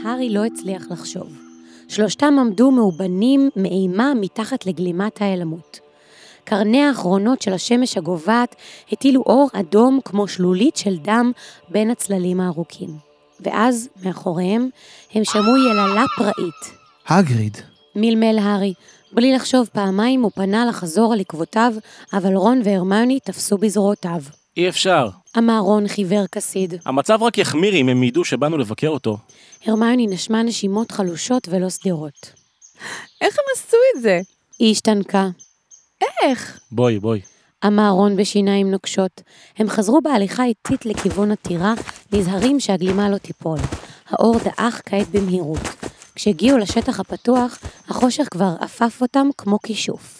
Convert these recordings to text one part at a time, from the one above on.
הארי לא הצליח לחשוב. שלושתם עמדו מאובנים מאימה מתחת לגלימת ההיעלמות. קרני האחרונות של השמש הגובעת הטילו אור אדום כמו שלולית של דם בין הצללים הארוכים. ואז, מאחוריהם, הם שמעו יללה פראית. הגריד. מלמל הארי. בלי לחשוב פעמיים הוא פנה לחזור על עקבותיו, אבל רון והרמיוני תפסו בזרועותיו. אי אפשר. אמר רון חיוור כסיד. המצב רק יחמיר אם הם ידעו שבאנו לבקר אותו. הרמיוני נשמה נשימות חלושות ולא סדירות. איך הם עשו את זה? היא השתנקה. איך? בואי. אמר רון בשיניים נוקשות. הם חזרו בהליכה איטית לכיוון הטירה, נזהרים שהגלימה לא תיפול. האור דעך כעת במהירות. כשהגיעו לשטח הפתוח, החושך כבר אפף אותם כמו כישוף.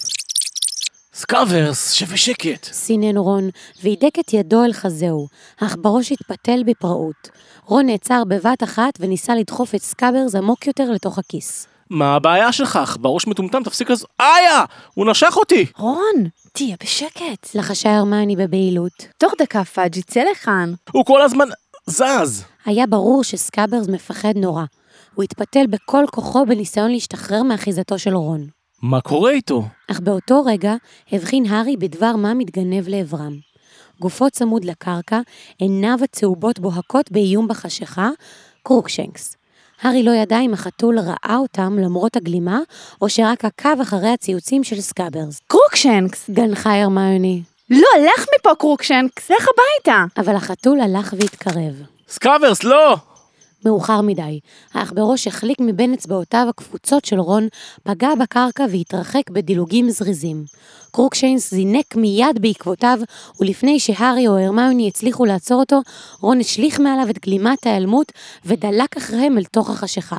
סקאברס, שבשקט. סינן רון, והידק את ידו אל חזהו, אך בראש התפתל בפראות. רון נעצר בבת אחת וניסה לדחוף את סקאברס עמוק יותר לתוך הכיס. מה הבעיה שלך? בראש מטומטם, תפסיק לזו... הוא נשך אותי! רון, תהיה בשקט. לחשה הרמיוני בבהילות. תוך דקה פאג' יצא לכאן. הוא כל הזמן זז! היה ברור שסקאברס מפחד נורא. הוא התפתל בכל כוחו בניסיון להשתחרר מאחיזתו של רון. מה קורה איתו? אך באותו רגע הבחין הארי בדבר מה מתגנב לעברם. גופו צמוד לקרקע, עיניו הצהובות בוהקות באיום בחשיכה, קרוקשנקס. הארי לא ידע אם החתול ראה אותם למרות הגלימה, או שרק עקב אחרי הציוצים של סקאברס. קרוקשנקס! גנחה הרמיוני. לא, לך מפה קרוקשנקס, לך הביתה! אבל החתול הלך והתקרב. סקאברס, לא! מאוחר מדי, אך בראש החליק מבין אצבעותיו הקפוצות של רון, פגע בקרקע והתרחק בדילוגים זריזים. קרוקשיינס זינק מיד בעקבותיו, ולפני שהארי או הרמיוני הצליחו לעצור אותו, רון השליך מעליו את גלימת ההיעלמות, ודלק אחריהם אל תוך החשיכה.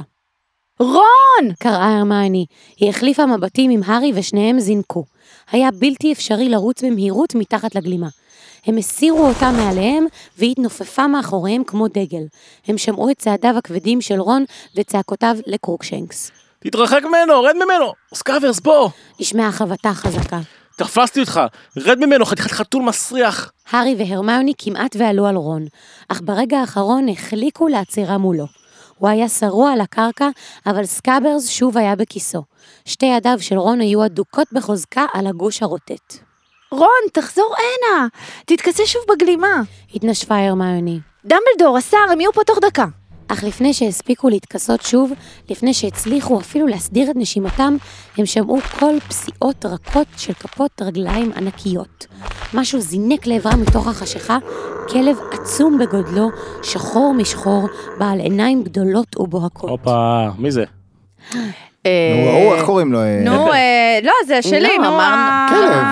רון! קראה הרמיוני. היא החליפה מבטים עם הארי ושניהם זינקו. היה בלתי אפשרי לרוץ במהירות מתחת לגלימה. הם הסירו אותה מעליהם, והיא התנופפה מאחוריהם כמו דגל. הם שמעו את צעדיו הכבדים של רון וצעקותיו לקרוקשנקס. תתרחק ממנו, רד ממנו! סקאברס, בוא! נשמעה חבטה חזקה. תפסתי אותך, רד ממנו, חתיכת חתול מסריח. הארי והרמיוני כמעט ועלו על רון, אך ברגע האחרון החליקו לעצירה מולו. הוא היה שרוע על הקרקע, אבל סקאברס שוב היה בכיסו. שתי ידיו של רון היו אדוקות בחוזקה על הגוש הרוטט. רון, תחזור הנה! תתכסה שוב בגלימה. התנשפה הרמיוני. דמבלדור, השר, הם יהיו פה תוך דקה. אך לפני שהספיקו להתכסות שוב, לפני שהצליחו אפילו להסדיר את נשימתם, הם שמעו כל פסיעות רכות של כפות רגליים ענקיות. משהו זינק לעברם מתוך החשיכה, כלב עצום בגודלו, שחור משחור, בעל עיניים גדולות ובוהקות. הופה, מי זה? נו, איך קוראים לו? לא, זה שלי, נו. כלב.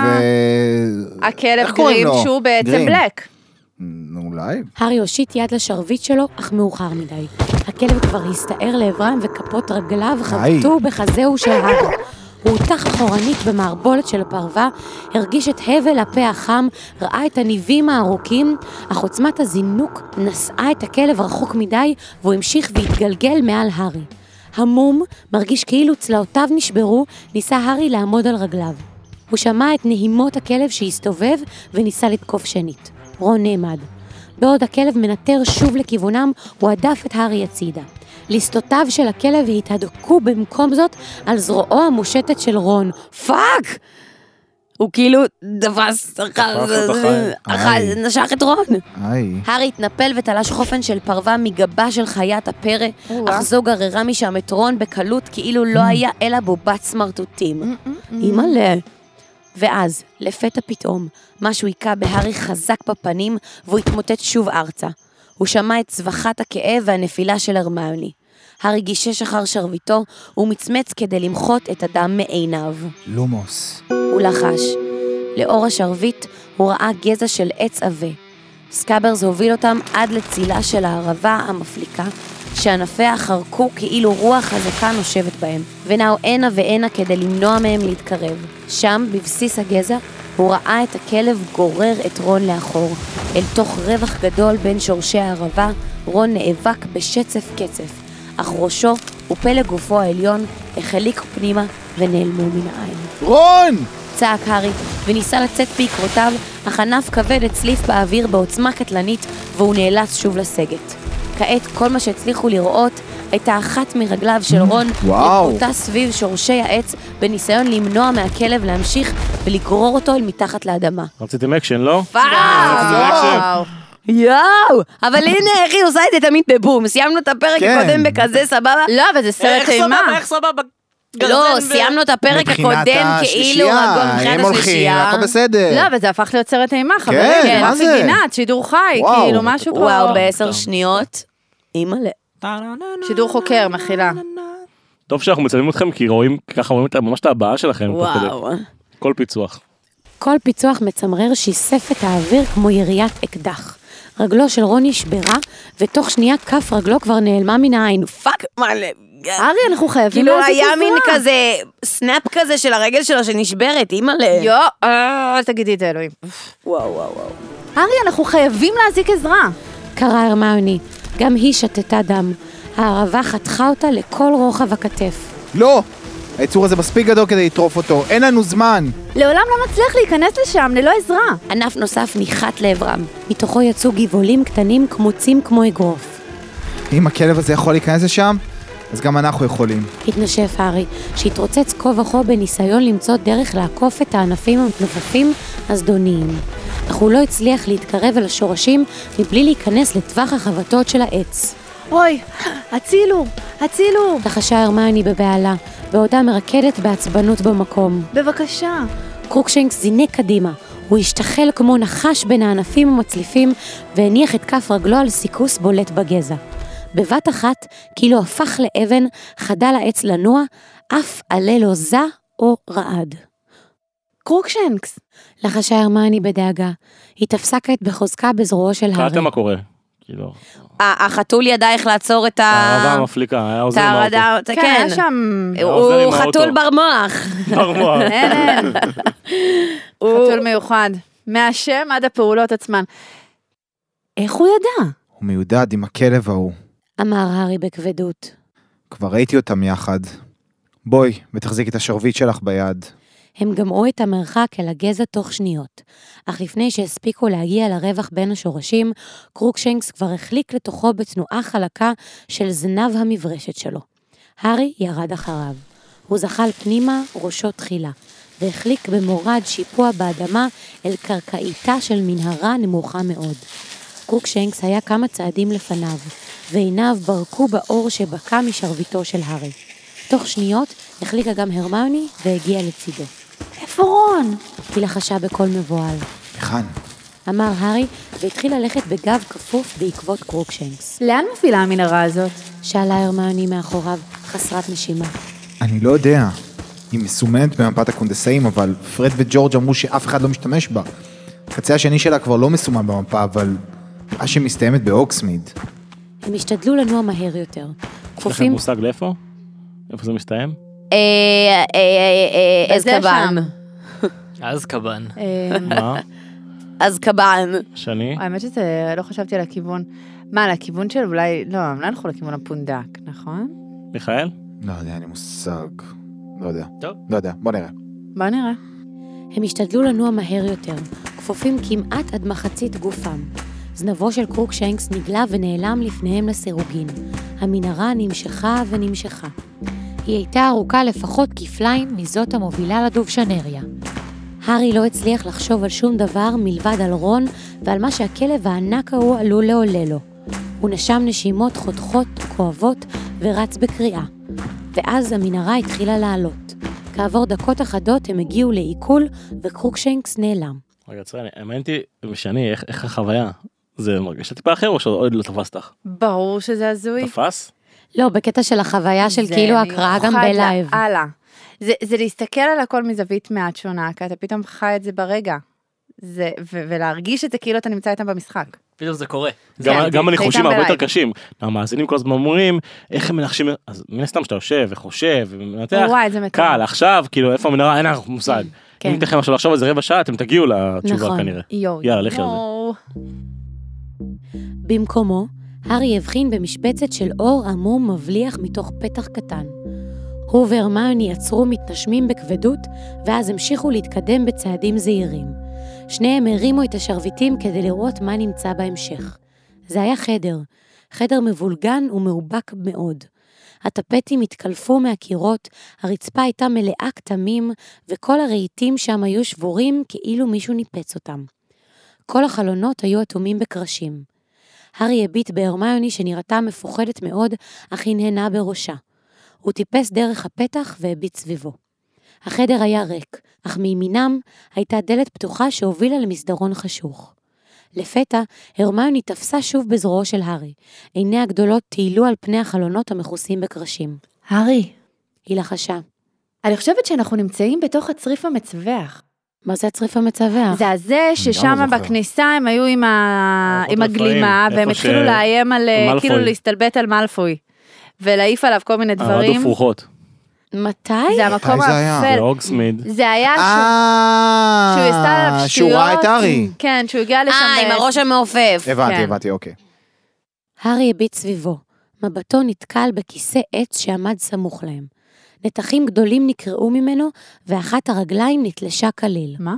הכלב גרים שהוא בעצם בלק. אולי. הארי הושיט יד לשרביט שלו, אך מאוחר מדי. הכלב כבר הסתער לעברם וכפות רגליו חבטו בחזהו של הארי. הוא הותח אחורנית במערבולת של הפרווה, הרגיש את הבל הפה החם, ראה את הניבים הארוכים, אך עוצמת הזינוק נשאה את הכלב רחוק מדי, והוא המשיך והתגלגל מעל הארי. המום, מרגיש כאילו צלעותיו נשברו, ניסה הארי לעמוד על רגליו. הוא שמע את נהימות הכלב שהסתובב וניסה לתקוף שנית. רון נעמד. בעוד הכלב מנטר שוב לכיוונם, הוא עדף את הארי הצידה. ליסטותיו של הכלב התהדקו במקום זאת על זרועו המושטת של רון. פאק! הוא כאילו נשך את רון. הארי התנפל ותלש חופן של פרווה מגבה של חיית הפרא, אך זו גררה משם את רון בקלות כאילו לא היה אלא בובת סמרטוטים. אימא'לה. ואז, לפתע פתאום, משהו היכה בהארי חזק בפנים, והוא התמוטט שוב ארצה. הוא שמע את צווחת הכאב והנפילה של הרמיוני. הארי גישש אחר שרביטו, ומצמץ כדי למחות את הדם מעיניו. לומוס. הוא לחש. לאור השרביט הוא ראה גזע של עץ עבה. סקאברס הוביל אותם עד לצילה של הערבה המפליקה, שענפיה חרקו כאילו רוח חזקה נושבת בהם, ונעו הנה והנה כדי למנוע מהם להתקרב. שם, בבסיס הגזע, הוא ראה את הכלב גורר את רון לאחור. אל תוך רווח גדול בין שורשי הערבה, רון נאבק בשצף קצף, אך ראשו ופלג גופו העליון החליק פנימה ונעלמו מן העין. רון! צעק הארי, וניסה לצאת בעקבותיו, אך ענף כבד הצליף באוויר בעוצמה קטלנית, והוא נאלץ שוב לסגת. כעת כל מה שהצליחו לראות הייתה אחת מרגליו של רון וואו. לפרוטה סביב שורשי העץ, בניסיון למנוע מהכלב להמשיך ולגרור אותו אל מתחת לאדמה. רציתם אקשן, לא? וואו. יואו! אבל הנה, איך היא עושה את זה תמיד בבום. סיימנו את הפרק כן. הקודם בכזה סבבה. לא, אבל זה סרט אימה. איך סבבה? לא, סיימנו את הפרק מבחינת הקודם כאילו רגוע הם מבחינת הולכים, השלישייה. הכל בסדר. לא, אבל זה הפך להיות סרט אימה, חברים. כן, מה רפי זה? גינת, שידור חי, וואו. כאילו משהו פה. וואו, ב10 שניות. אימא'לה. שידור חוקר, מחילה. טוב שאנחנו מצלמים אתכם, כי ככה רואים ממש את הבאה שלכם. תוך כדי. וואו. כל פיצוח. כל פיצוח מצמרר שיסף את האוויר כמו יריית אקדח. רגלו של רוני שברה, ותוך שנייה כף רגלו כבר נעלמה מן העין. פאק, מה ארי, אנחנו חייבים כאילו לעשות היה מין עזרה. כזה סנאפ כזה של הרגל שלו שנשברת, אימא'לה. אל תגידי את זה, אלוהים. וואו, וואו, וואו. ארי, אנחנו חייבים להזיק עזרה. קרא הרמיוני, גם היא שתתה דם. הערבה חתכה אותה לכל רוחב הכתף. לא! היצור הזה מספיק גדול כדי לטרוף אותו, אין לנו זמן! לעולם לא נצליח להיכנס לשם, ללא עזרה. ענף נוסף ניחת לעברם. מתוכו יצאו גבעולים קטנים קמוצים כמו אגרוף. אם הכלב הזה יכול להיכנס לשם, אז גם אנחנו יכולים. התנשף הארי, שהתרוצץ כה וכה בניסיון למצוא דרך לעקוף את הענפים המתנופפים הזדוניים. אך הוא לא הצליח להתקרב אל השורשים מבלי להיכנס לטווח החבטות של העץ. אוי, הצילו, הצילו. לחשה הרמיוני בבהלה, בעודה מרקדת בעצבנות במקום. בבקשה. קרוקשנקס זינק קדימה. הוא השתחל כמו נחש בין הענפים המצליפים והניח את כף רגלו על סיכוס בולט בגזע. בבת אחת, כאילו הפך לאבן, חדל העץ לנוע, אף עלה לו זע או רעד. קרוקשנקס. לחשה הרמיוני בדאגה. היא תפסה כעת בחוזקה בזרועו של הארי. קראתם מה קורה. כאילו, החתול ידע איך לעצור את הערבה המפליקה, היה עוזר עם האוטו. כן, היה שם... עוזר הוא עם האוטו. חתול בר מוח. ברמוע. אין. חתול מיוחד. מהשם עד הפעולות עצמן. איך הוא ידע? הוא מיודד עם הכלב ההוא. אמר הארי בכבדות. כבר ראיתי אותם יחד. בואי, ותחזיקי את השרביט שלך ביד. הם גמעו את המרחק אל הגזע תוך שניות, אך לפני שהספיקו להגיע לרווח בין השורשים, קרוקשנקס כבר החליק לתוכו בתנועה חלקה של זנב המברשת שלו. הארי ירד אחריו. הוא זחל פנימה ראשו תחילה, והחליק במורד שיפוע באדמה אל קרקעיתה של מנהרה נמוכה מאוד. קרוקשנקס היה כמה צעדים לפניו, ועיניו ברקו באור שבקע משרביטו של הארי. תוך שניות החליקה גם הרמיוני והגיעה לצידו. איפה רון? היא לחשה בקול מבועל. היכן? אמר הארי והתחיל ללכת בגב כפוף בעקבות קרוקשנקס. לאן מובילה המנהרה הזאת? שאלה הרמיוני מאחוריו, חסרת נשימה. אני לא יודע. היא מסומנת במפת הקונדסאים, אבל פרד וג'ורג' אמרו שאף אחד לא משתמש בה. הקצה השני שלה כבר לא מסומן במפה, אבל נראה שמסתיימת באוקסמיד. הם השתדלו לנוע מהר יותר. יש לכם כפופים... מושג לאיפה? איפה זה מסתיים? אזקבאן. אזקבאן. מה? אזקבאן. שני? האמת שזה, לא חשבתי על הכיוון. מה, על הכיוון של אולי, לא, הם לא הלכו לכיוון הפונדק, נכון? מיכאל? לא יודע, אין לי מושג. לא יודע. טוב. לא יודע, בוא נראה. בוא נראה. הם השתדלו לנוע מהר יותר, כפופים כמעט עד מחצית גופם. זנבו של קרוקשנקס נגלה ונעלם לפניהם לסירוגין. המנהרה נמשכה ונמשכה. היא הייתה ארוכה לפחות כפליים מזאת המובילה לדובשנריה. הארי לא הצליח לחשוב על שום דבר מלבד על רון ועל מה שהכלב הענק ההוא עלול לעולה לו. הוא נשם נשימות חותכות, כואבות ורץ בקריאה. ואז המנהרה התחילה לעלות. כעבור דקות אחדות הם הגיעו לעיכול וקרוקשנקס נעלם. רגע, צרי, האמנתי, משני, איך החוויה? זה מרגיש טיפה אחר או שעוד לא תפס לך? ברור שזה הזוי. תפס? לא, בקטע של החוויה של כאילו הקראה גם בלייב. הלאה. זה להסתכל על הכל מזווית מעט שונה, כי אתה פתאום חי את זה ברגע. ולהרגיש את זה כאילו אתה נמצא איתם במשחק. פתאום זה קורה. גם הניחושים הרבה יותר בלייב. קשים. המאזינים כל הזמן אומרים, איך הם מנחשים, אז מן הסתם שאתה יושב וחושב ומנתח, וואי, זה מטורף. קל, עכשיו, כאילו, איפה המנהרה, אין לך מושג. כן. אם תכף עכשיו לחשוב על זה רבע שעה, אתם תגיעו לתשובה נכון. כנראה. יואו. יאללה, לכי על זה. במקומו, הארי הבחין במשבצת של אור עמום מבליח מתוך פתח קטן. הוא והרמיוני עצרו מתנשמים בכבדות, ואז המשיכו להתקדם בצעדים זהירים. שניהם הרימו את השרביטים כדי לראות מה נמצא בהמשך. זה היה חדר מבולגן ומאובק מאוד. הטפטים התקלפו מהקירות, הרצפה הייתה מלאה כתמים, וכל הרהיטים שם היו שבורים כאילו מישהו ניפץ אותם. כל החלונות היו אטומים בקרשים. הארי הביט בהרמיוני שנראתה מפוחדת מאוד, אך הנהנה בראשה. הוא טיפס דרך הפתח והביט סביבו. החדר היה ריק, אך מימינם הייתה דלת פתוחה שהובילה למסדרון חשוך. לפתע, הרמיוני תפסה שוב בזרועו של הארי. עיניה הגדולות טיילו על פני החלונות המכוסים בקרשים. הארי, היא לחשה. אני חושבת שאנחנו נמצאים בתוך הצריף המצווח. מה זה הצריף המצווח? זה הזה ששם בכניסה הם היו עם הגלימה, והם התחילו לאיים על, כאילו להסתלבט על מאלפוי, ולהעיף עליו כל מיני דברים. הרדו פרוחות. מתי? זה המקום האפל. והוגסמיד. זה היה שהוא עשה עליו שטויות. שהוא ראה את הארי. כן, שהוא הגיע לשם. עם הראש המעופף. הבנתי, אוקיי. הארי הביט סביבו. מבטו נתקל בכיסא עץ שעמד סמוך להם. נתחים גדולים נקרעו ממנו, ואחת הרגליים נתלשה כליל. מה?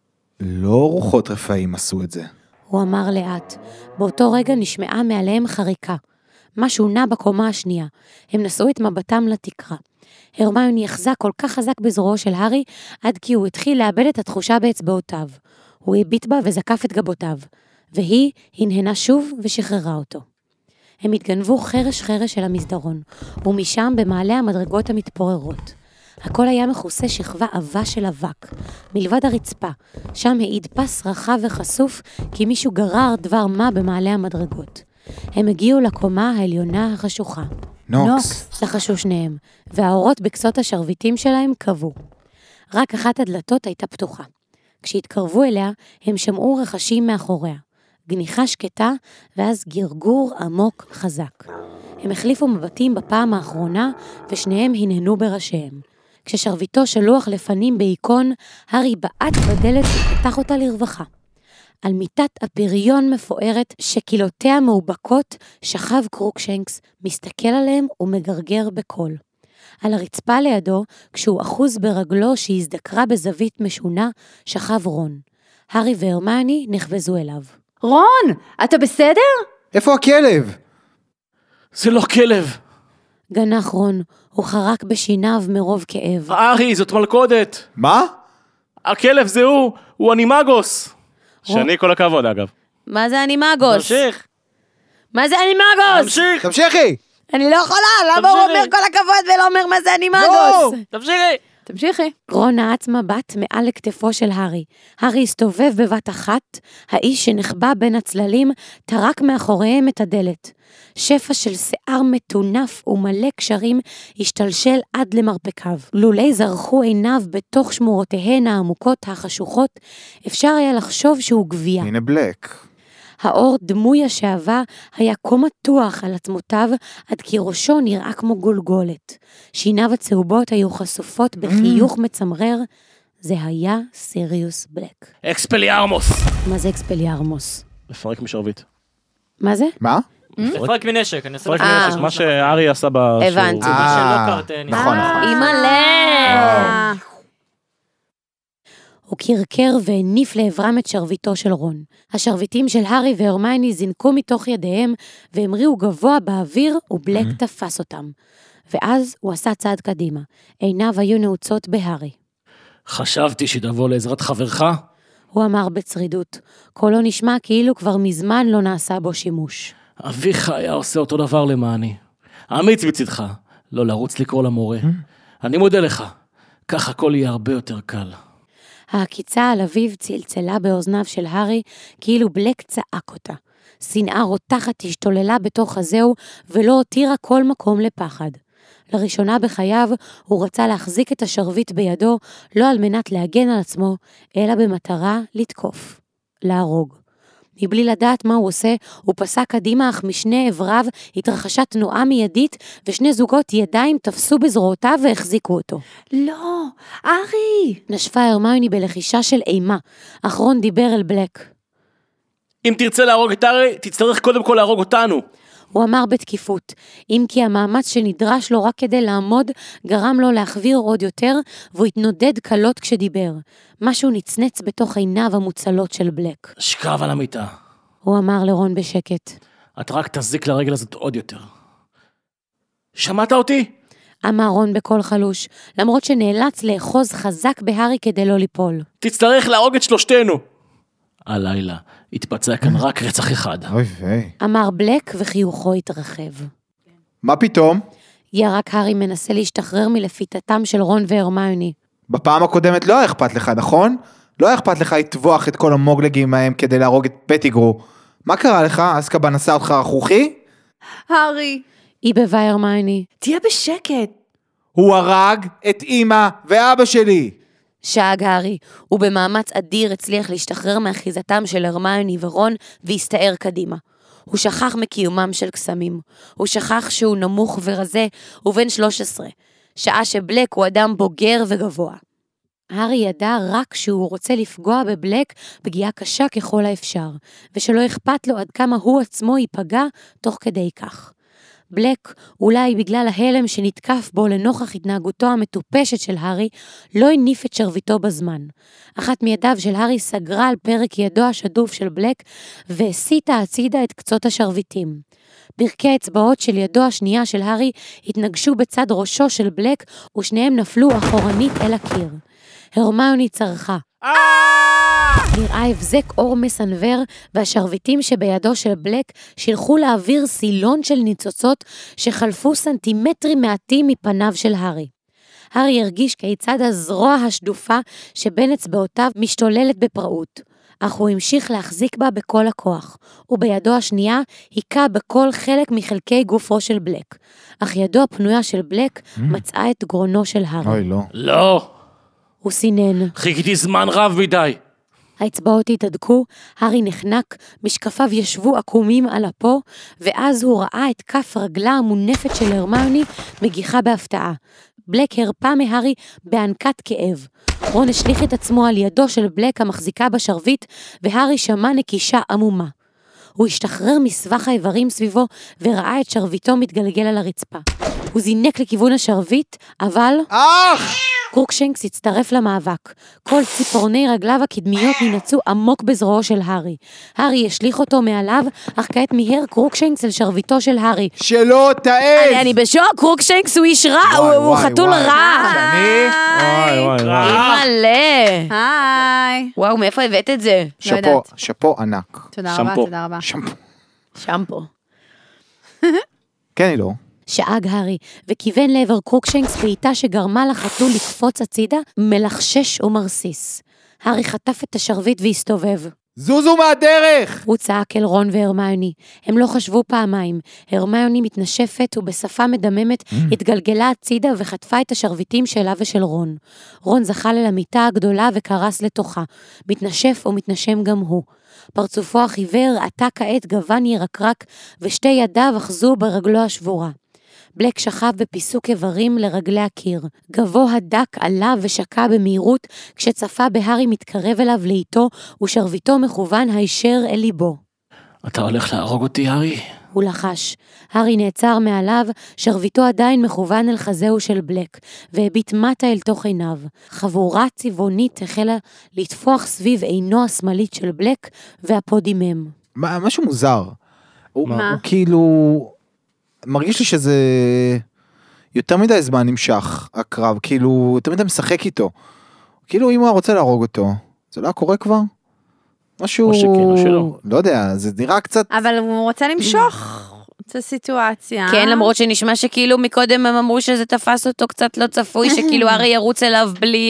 לא רוחות רפאים עשו את זה. הוא אמר לאט. באותו רגע נשמעה מעליהם חריקה. משהו נע בקומה השנייה. הם נשאו את מבטם לתקרה. הרמיוני יחזק כל כך חזק בזרועו של הארי, עד כי הוא התחיל לאבד את התחושה באצבעותיו. הוא הביט בה וזקף את גבותיו, והיא הנהנה שוב ושחררה אותו. הם התגנבו חרש של המסדרון, ומשם במעלה המדרגות המתפוררות. הכל היה מכוסה שכבה עבה של אבק, מלבד הרצפה, שם העיד פס רחב וחשוף, כי מישהו גרר דבר מה במעלה המדרגות. הם הגיעו לקומה העליונה החשוכה. נוקס. לחשו שניהם, והאורות בקצות השרביטים שלהם קבעו. רק אחת הדלתות הייתה פתוחה. כשהתקרבו אליה, הם שמעו רכשים מאחוריה. גניחה שקטה, ואז גרגור עמוק חזק. הם החליפו מבטים בפעם האחרונה, ושניהם הנהנו בראשיהם. כששרביטו של לוח לפנים בעיקון, הארי בעט בדלת ופתח אותה לרווחה. על מיטת הפריון מפוארת שקילותיה מאובקות, שכב קרוקשנקס, מסתכל עליהם ומגרגר בקול. על הרצפה לידו, כשהוא אחוז ברגלו שהזדקרה בזווית משונה, שכב רון. הארי והרמיוני נחבזו אליו. רון, אתה בסדר? איפה הכלב? זה לא כלב. גנח רון, הוא חרק בשיניו מרוב כאב. הארי, זאת מלכודת. מה? הכלב זה הוא אנימגוס. שאני כל הכבוד אגב. מה זה אנימגוס? תמשיך. מה זה אנימגוס? תמשיכי. אני לא יכולה, למה הוא אומר כל הכבוד ולא אומר מה זה אנימגוס? תמשיכי. רון נעץ מבט מעל לכתפו של הארי. הארי הסתובב בבת אחת, האיש שנחבא בין הצללים טרק מאחוריהם את הדלת. שפע של שיער מטונף ומלא קשרים השתלשל עד למרפקיו. לולי זרחו עיניו בתוך שמורותיהן העמוקות החשוכות, אפשר היה לחשוב שהוא גביע. הנה בלק. האור דמוי השעבה היה כה מתוח על עצמותיו, עד כי ראשו נראה כמו גולגולת. שיניו הצהובות היו חשופות בחיוך מצמרר, זה היה סיריוס בלק. אקספליארמוס. מה זה אקספליארמוס? לפרק משרביט. מה זה? מה? לפרק מנשק, אני עושה לפרק מנשק, מה שהארי עשה בשיעור. הבנתי. שלא קרטני. נכון. אימא'לה! הוא קרקר והניף לעברם את שרביטו של רון. השרביטים של הארי והרמיוני זינקו מתוך ידיהם, והמריאו גבוה באוויר, ובלק תפס אותם. ואז הוא עשה צעד קדימה. עיניו היו נעוצות בהארי. חשבתי שתבוא לעזרת חברך. הוא אמר בצרידות. קולו נשמע כאילו כבר מזמן לא נעשה בו שימוש. אביך היה עושה אותו דבר למעני. אמיץ בצדך, לא לרוץ לקרוא למורה. אני מודה לך. כך הכל יהיה הרבה יותר קל. העקיצה על אביו צלצלה באוזניו של הארי, כאילו בלק צעק אותה. שנאה רותחת השתוללה בתוך חזהו, ולא הותירה כל מקום לפחד. לראשונה בחייו, הוא רצה להחזיק את השרביט בידו, לא על מנת להגן על עצמו, אלא במטרה לתקוף, להרוג. מבלי לדעת מה הוא עושה, הוא פסק קדימה, אך משני עבריו התרחשה תנועה מיידית, ושני זוגות ידיים תפסו בזרועותיו והחזיקו אותו. לא, ארי! נשפה הרמיוני בלחישה של אימה, אך רון דיבר אל בלק. אם תרצה להרוג את הארי, תצטרך קודם כל להרוג אותנו. הוא אמר בתקיפות, אם כי המאמץ שנדרש לו רק כדי לעמוד, גרם לו להחביר עוד יותר, והוא התנודד קלות כשדיבר. משהו נצנץ בתוך עיניו המוצלות של בלק. שכב על המיטה. הוא אמר לרון בשקט. את רק תזיק לרגל הזאת עוד יותר. שמעת אותי? אמר רון בקול חלוש, למרות שנאלץ לאחוז חזק בהרי כדי לא ליפול. תצטרך להרוג את שלושתנו. הלילה התבצע כאן רק רצח אחד. אוי ויי. אמר בלק וחיוכו התרחב. מה פתאום? ירק הארי מנסה להשתחרר מלפיתתם של רון והרמיוני. בפעם הקודמת לא היה אכפת לך, נכון? לא היה אכפת לך לטבוח את כל המוגלגים מהם כדי להרוג את פטיגרו. מה קרה לך? אזקבאן עשה אותך רכרוכי? הארי. היא בבה הרמיוני. תהיה בשקט. הוא הרג את אמא ואבא שלי. שאג הארי, ובמאמץ אדיר הצליח להשתחרר מאחיזתם של הרמיוני ורון והסתער קדימה. הוא שכח מקיומם של קסמים. הוא שכח שהוא נמוך ורזה ובן 13, שעה שבלק הוא אדם בוגר וגבוה. הארי ידע רק שהוא רוצה לפגוע בבלק פגיעה קשה ככל האפשר, ושלא אכפת לו עד כמה הוא עצמו ייפגע תוך כדי כך. בלק, אולי בגלל ההלם שנתקף בו לנוכח התנהגותו המטופשת של הארי, לא הניף את שרביטו בזמן. אחת מידיו של הארי סגרה על פרק ידו השדוף של בלק, והסיטה הצידה את קצות השרביטים. פרקי האצבעות של ידו השנייה של הארי התנגשו בצד ראשו של בלק, ושניהם נפלו אחורנית אל הקיר. הרמיוני צרחה. נראה הבזק אור מסנבר, והשרביטים שבידו של בלק שילחו לאוויר סילון של ניצוצות שחלפו סנטימטרים מעטים מפניו של הארי. הארי הרגיש כיצד הזרוע השדופה שבין אצבעותיו משתוללת בפראות, אך הוא המשיך להחזיק בה בכל הכוח, ובידו השנייה היכה בכל חלק מחלקי גופו של בלק, אך ידו הפנויה של בלק מצאה את גרונו של הארי. אוי, לא. לא. הוא סינן. חיכיתי זמן רב מדי. האצבעות התהדקו, הארי נחנק, משקפיו ישבו עקומים על אפו, ואז הוא ראה את כף רגלה המונפת של הרמיוני מגיחה בהפתעה. בלק הרפא מהארי בענקת כאב. רון השליך את עצמו על ידו של בלק המחזיקה בשרביט, והארי שמע נקישה עמומה. הוא השתחרר מסבך האיברים סביבו, וראה את שרביטו מתגלגל על הרצפה. הוא זינק לכיוון השרביט, אבל... קרוקשנקס הצטרף למאבק. כל ציפורני רגליו הקדמיות ננצו עמוק בזרועו של הארי. הארי השליך אותו מעליו, אך כעת מיהר קרוקשנקס אל שרביטו של הארי. שלא תעז! אני בשוק, קרוקשנקס הוא איש רע, הוא חתול רע. מלא. היי. וואו, מאיפה הבאת את זה? שפו ענק. תודה רבה, תודה רבה. שמפו. כן, היא לא. שאג הארי, וכיוון לעבר קרוקשנקס בעיטה שגרמה לחתול לקפוץ הצידה, מלחשש ומרסיס. הארי חטף את השרביט והסתובב. זוזו מהדרך! הוא צעק אל רון והרמיוני. הם לא חשבו פעמיים. הרמיוני מתנשפת ובשפה מדממת התגלגלה הצידה וחטפה את השרביטים שלה ושל רון. רון זחל אל המיטה הגדולה וקרס לתוכה. מתנשף ומתנשם גם הוא. פרצופו החיוור עטה כעת גוון ירקרק, ושתי ידיו אחזו ברגלו השבורה. בלק שכב בפיסוק איברים לרגלי הקיר. גבו הדק עלה ושקע במהירות, כשצפה בהארי מתקרב אליו לאיתו, ושרביטו מכוון הישר אל ליבו. אתה הולך להרוג אותי, הארי? הוא לחש. הארי נעצר מעליו, שרביטו עדיין מכוון אל חזהו של בלק, והביט מטה אל תוך עיניו. חבורה צבעונית החלה לתפוח סביב עינו השמאלית של בלק, והפודימם. משהו מוזר. מה? הוא כאילו... מרגיש לי שזה יותר מדי זמן נמשך, הקרב, כאילו, יותר מדי משחק איתו. כאילו, אם הוא רוצה להרוג אותו, זה לא קורה כבר? משהו... או שכן, או שלא. לא יודע, זה נראה קצת... אבל הוא רוצה למשוך את הסיטואציה. כן, למרות שנשמע שכאילו מקודם הם אמרו שזה תפס אותו קצת לא צפוי, שכאילו הארי ירוץ אליו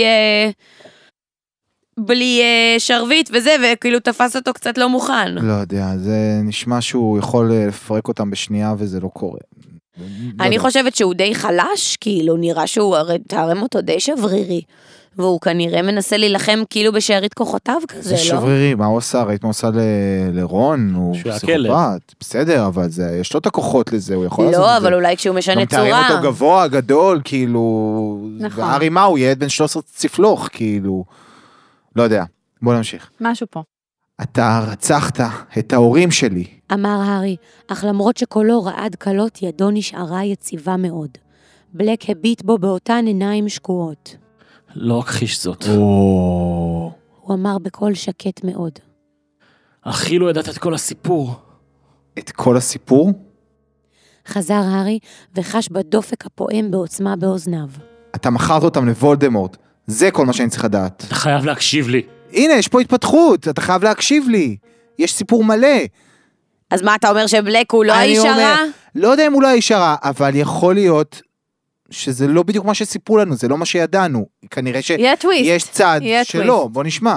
בלי שרביט וזה, וכאילו תפס אותו קצת לא מוכן. לא יודע, זה נשמע שהוא יכול לפרק אותם בשנייה וזה לא קורה. אני חושבת שהוא די חלש, כאילו נראה שהוא תארם אותו די שברירי, והוא כנראה מנסה להילחם כאילו בשארית כוחותיו כזה, לא? זה שברירי, מה הוא עושה? ראית מה הוא עושה לרון? הוא פסיכופת, בסדר, אבל יש לו את הכוחות לזה, הוא יכול לעשות את זה. לא, אבל אולי כשהוא משנה צורה. גם תארים אותו גבוה, גדול, כאילו, והארי מה, הוא ילד בן 13 צפלוך, כאילו, לא יודע, בוא נמשיך. משהו פה. אתה רצחת את ההורים שלי. אמר הארי, אך למרות שקולו רעד קלות, ידו נשארה יציבה מאוד. בלק הביט בו באותן עיניים שקועות. לא אכחיש זאת. הוא אמר בקול שקט מאוד. אחי, לא ידעת את כל הסיפור. את כל הסיפור? חזר הארי וחש בדופק הפועם בעוצמה באוזניו. אתה מכרת אותם לוולדמורט, זה כל מה שאני צריך לדעת. אתה חייב להקשיב לי. הנה, יש פה התפתחות, אתה חייב להקשיב לי. יש סיפור מלא. אז מה אתה אומר שבלק הוא לא האיש הרע? לא יודע אם הוא לא האיש הרע, אבל יכול להיות שזה לא בדיוק מה שסיפרו לנו, זה לא מה שידענו. כנראה שיש צד שלא, בוא נשמע.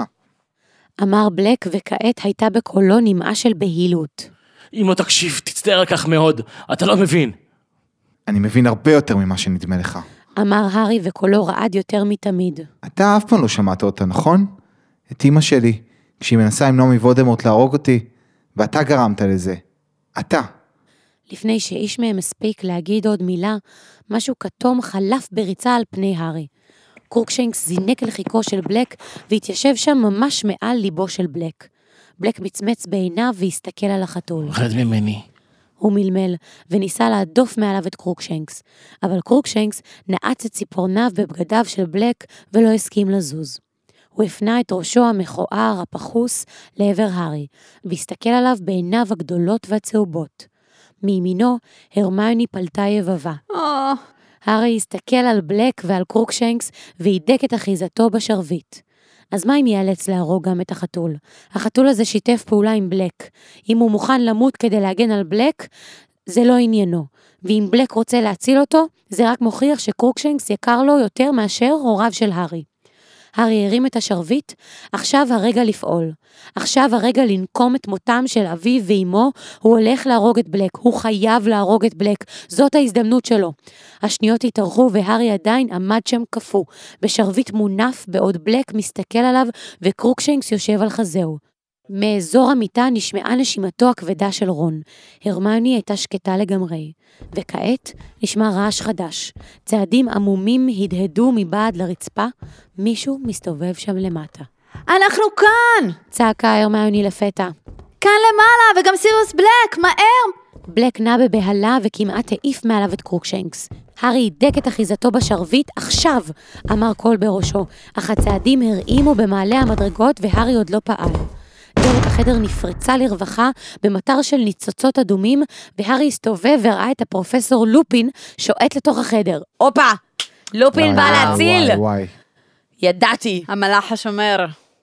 אמר בלק, וכעת הייתה בקולו נמעה של בהילות. אם לא תקשיב, תצטער כך מאוד, אתה לא מבין. אני מבין הרבה יותר ממה שנדמה לך. אמר הארי וקולו רעד יותר מתמיד. אתה אף פעם לא שמעת אותה, נכון? את אמא שלי, כשהיא מנסה למנוע מוולדמורט להרוג אותי, ואתה גרמת לזה. אתה. לפני שאיש מהם הספיק להגיד עוד מילה, משהו כתום חלף בריצה על פני הארי. קרוקשנקס זינק אל חיכו של בלק, והתיישב שם ממש מעל ליבו של בלק. בלק מצמץ בעיניו והסתכל על החתול. רד ממני. הוא מלמל, וניסה להדוף מעליו את קרוקשנקס, אבל קרוקשנקס נעץ את ציפורניו בבגדיו של בלק, ולא הסכים לזוז. הוא הפנה את ראשו המכוער, הפחוס, לעבר הארי, והסתכל עליו בעיניו הגדולות והצהובות. מימינו, הרמיוני פלטה יבבה. הארי הסתכל על בלק ועל קרוקשנקס, והידק את אחיזתו בשרביט. אז מה אם ייאלץ להרוג גם את החתול? החתול הזה שיתף פעולה עם בלק. אם הוא מוכן למות כדי להגן על בלק, זה לא עניינו. ואם בלק רוצה להציל אותו, זה רק מוכיח שקרוקשנקס יקר לו יותר מאשר הוריו של הארי. הארי הרים את השרביט, עכשיו הרגע לפעול. עכשיו הרגע לנקום את מותם של אביו ואימו, הוא הולך להרוג את בלק, הוא חייב להרוג את בלק, זאת ההזדמנות שלו. השניות התארכו והארי עדיין עמד שם קפוא, בשרביט מונף בעוד בלק מסתכל עליו וקרוקשנקס יושב על חזהו. מאזור המיטה נשמעה נשימתו הכבדה של רון. הרמיוני הייתה שקטה לגמרי. וכעת נשמע רעש חדש. צעדים עמומים הדהדו מבעד לרצפה. מישהו מסתובב שם למטה. אנחנו כאן! צעקה הרמיוני לפתע. כאן למעלה, וגם סיריוס בלק, מהר! בלק נע בבהלה וכמעט העיף מעליו את קרוקשנקס. הארי הידק את אחיזתו בשרביט, עכשיו! אמר קול בראשו. אך הצעדים הרעימו במעלה המדרגות והארי עוד לא פעל. דלת החדר נפרצה לרווחה במטר של ניצוצות אדומים, והארי הסתובב וראה את הפרופסור לופין שועט לתוך החדר. הופה! לופין בא להציל! ידעתי! המלאך השומר.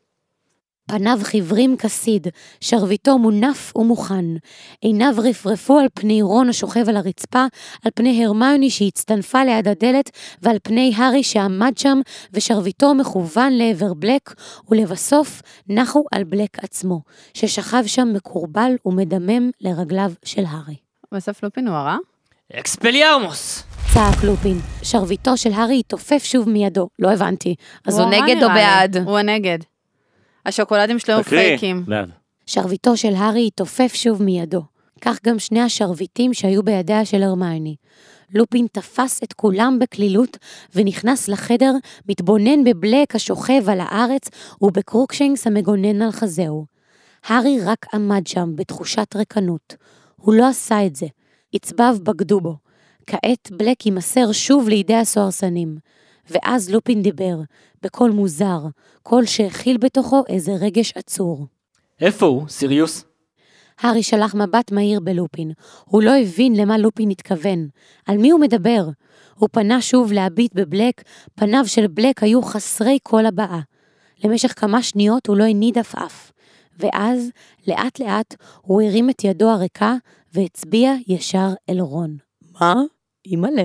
פניו חיוורים כסיד, שרביטו מונף ומוכן. עיניו רפרפו על פני רון השוכב על הרצפה, על פני הרמיוני שהצטנפה ליד הדלת, ועל פני הארי שעמד שם, ושרביטו מכוון לעבר בלק, ולבסוף נחו על בלק עצמו, ששכב שם מקורבל ומדמם לרגליו של הארי. בסוף לופין הוא הרע? אקספליארמוס! צעק לופין. שרביטו של הארי התופף שוב מידו. לא הבנתי. אז הוא נגד או בעד? הוא הנגד. השוקולדים שלו פייקים. שרביטו של הארי התופף שוב מידו. כך גם שני השרביטים שהיו בידיה של הרמיוני. לופין תפס את כולם בכלילות ונכנס לחדר, מתבונן בבלק השוכב על הארץ ובקרוקשנקס המגונן על חזהו. הארי רק עמד שם בתחושת רקנות. הוא לא עשה את זה. עצבב בגדו בו. כעת בלק יימסר שוב לידי הסוהרסנים. ואז לופין דיבר, בקול מוזר, קול שהכיל בתוכו איזה רגש עצור. איפה הוא, סיריוס? הארי שלח מבט מהיר בלופין. הוא לא הבין למה לופין התכוון. על מי הוא מדבר? הוא פנה שוב להביט בבלק, פניו של בלק היו חסרי כל הבאה. למשך כמה שניות הוא לא הניד אף. ואז, לאט לאט, הוא הרים את ידו הריקה, והצביע ישר אל רון. מה? אימא'לה.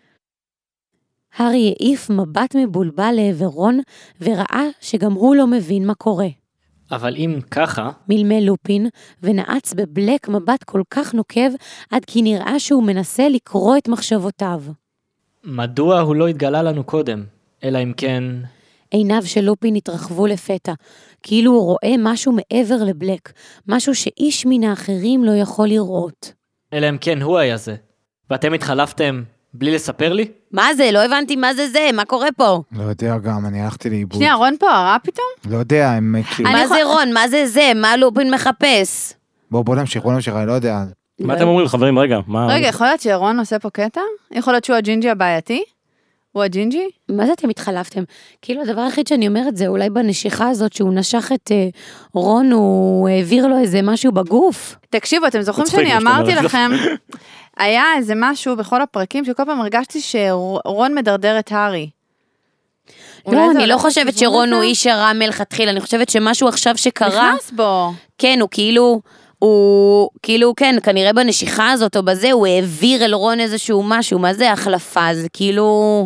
הארי העיף מבט מבולבל לעבר רון, וראה שגם הוא לא מבין מה קורה. אבל אם ככה... מלמל לופין, ונעץ בבלק מבט כל כך נוקב, עד כי נראה שהוא מנסה לקרוא את מחשבותיו. מדוע הוא לא התגלה לנו קודם? אלא אם כן... עיניו של לופין התרחבו לפתע, כאילו הוא רואה משהו מעבר לבלק, משהו שאיש מן האחרים לא יכול לראות. אלא אם כן הוא היה זה. ואתם התחלפתם בלי לספר לי? מה זה? לא הבנתי מה זה? מה קורה פה? לא יודע גם, אני הלכתי לאיבוד. שנייה, רון פה הרע פתאום? לא יודע, הם כאילו... מה זה רון? מה זה? מה לופין מחפש? בוא נמשיך, אני לא יודע. מה אתם אומרים, חברים? רגע, יכול להיות שרון עושה פה קטע? יכול להיות שהוא הג'ינג'י הבעייתי? הוא הג'ינג'י? מה זה אתם התחלפתם? כאילו הדבר היחיד שאני אומרת זה אולי בנשיכה הזאת שהוא נשך את רון, הוא העביר לו איזה משהו בגוף. תקשיבו, אתם זוכרים שאני אמרתי לכם, היה איזה משהו בכל הפרקים, שכל פעם הרגשתי שרון מדרדר את הארי. לא, אני לא חושבת שרון הוא איש הרע מלכתחילה, אני חושבת שמשהו עכשיו שקרה... נכנס בו. כן, הוא כאילו, כן, כנראה בנשיכה הזאת או בזה, הוא העביר אל רון איזשהו משהו, מה זה החלפה? זה כאילו...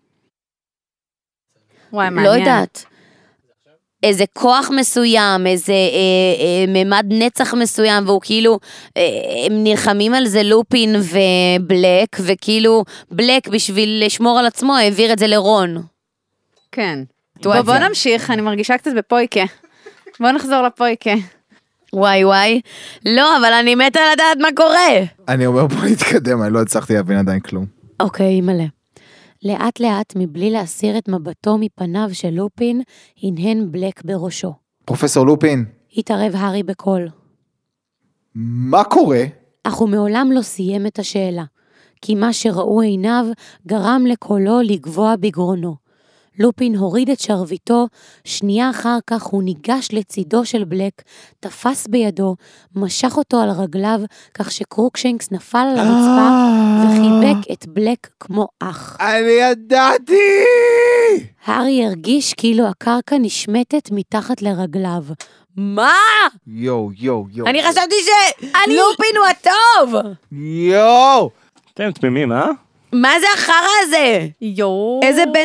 וואי, מעניין. לא יודעת. איזה כוח מסוים, איזה ממד נצח מסוים, והוא כאילו, הם נלחמים על זה לופין ובלק, וכאילו בלק בשביל לשמור על עצמו, העביר את זה לרון. כן. בוא נמשיך, אני מרגישה קצת בפויקה. בוא נחזור לפויקה. וואי. לא, אבל אני מתה לדעת מה קורה. אני אומר בוא נתקדם, אני לא הצלחתי להבין עדיין כלום. אוקיי, מלא. לאט לאט, מבלי להסיר את מבטו מפניו של לופין, הנהן בלק בראשו. פרופסור לופין. התערב הארי בקול. מה קורה? אך הוא מעולם לא סיים את השאלה, כי מה שראו עיניו גרם לקולו לגבוה בגרונו. לופין הוריד את שרביטו, שנייה אחר כך הוא ניגש לצידו של בלק, תפס בידו, משך אותו על רגליו, כך שקרוקשנקס נפל על הרצפה, וחיבק את בלק כמו אח. אני ידעתי! הארי הרגיש כאילו הקרקע נשמטת מתחת לרגליו. מה? יו. אני חשבתי שלופין הוא הטוב! יו! אתם תמימים, אה? מה זה החרא הזה? יו. איזה בן...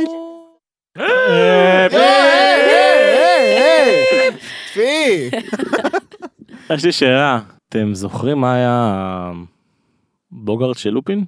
פי! יש לי שאלה, אתם זוכרים מה היה בוגארט של לופין?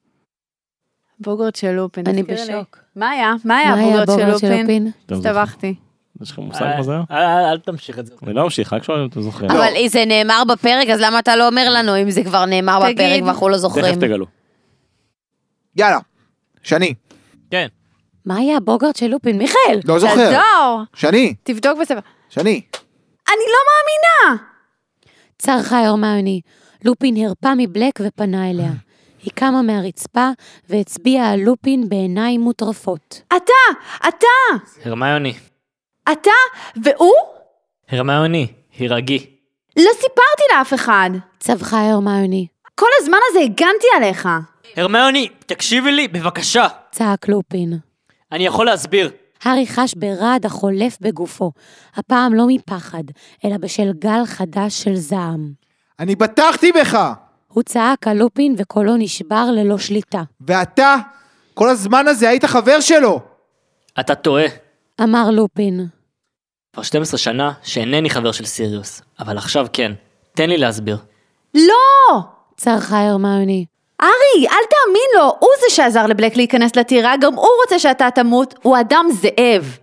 בוגארט של לופין. אני בשוק. מה היה? מה היה בוגארט של לופין? הסתבכתי. יש לכם מושג מה זה היה? אל תמשיך את זה. אני לא ממשיך, רק שואל אם אתם זוכרים. אבל זה נאמר בפרק, אז למה אתה לא אומר לנו אם זה כבר נאמר בפרק ואנחנו לא זוכרים? תכף תגלו. יאללה, שני. כן. מה היה בוגארט של לופין? מיכאל! לא זוכר. תעזור! שני. תבדוק בסבב. שני. אני לא מאמינה! צרחה הרמיוני. לופין הרפה מבלק ופנה אליה. היא קמה מהרצפה והצביעה על לופין בעיניים מוטרפות. אתה! הרמיוני. אתה והוא? הרמיוני, הירגי. לא סיפרתי לאף אחד. צווחה הרמיוני. כל הזמן הזה הגנתי עליך. הרמיוני, תקשיבי לי, בבקשה. צעק לופין. אני יכול להסביר. הארי חש ברעד החולף בגופו, הפעם לא מפחד, אלא בשל גל חדש של זעם. אני בטחתי בך! הוא צעק על לופין וקולו נשבר ללא שליטה. ואתה, כל הזמן הזה היית חבר שלו! אתה טועה. אמר לופין. כבר 12 שנה שאינני חבר של סיריוס, אבל עכשיו כן. תן לי להסביר. לא! צרחה הרמיוני. ארי, אל תאמין לו, הוא זה שעזר לבלק להיכנס לטירה, גם הוא רוצה שאתה תמות, הוא אדם זאב.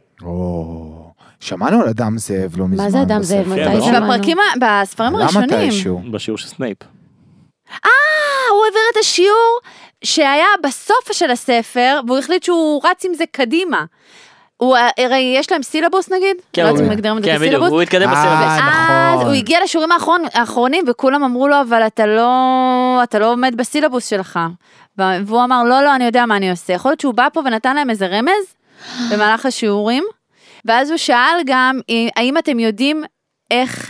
שמענו על אדם זאב לא מזמן. מה זה אדם זאב? מתי לא? שמענו? בפרקים, בספרים למה הראשונים. מתישהו? בשיעור של סנייפ. הוא העביר את השיעור שהיה בסוף של הספר, והוא החליט שהוא רץ עם זה קדימה. הרי יש להם סילבוס נגיד? כן, לא יודעת אם מגדירים את זה בדיוק, כסילבוס. הוא התקדם בסילבוס. אז נכון. הוא הגיע לשיעורים האחרונים, וכולם אמרו לו, אבל אתה לא עומד בסילבוס שלך. והוא אמר, לא, אני יודע מה אני עושה. יכול להיות שהוא בא פה ונתן להם איזה רמז, במהלך השיעורים, ואז הוא שאל גם, האם אתם יודעים איך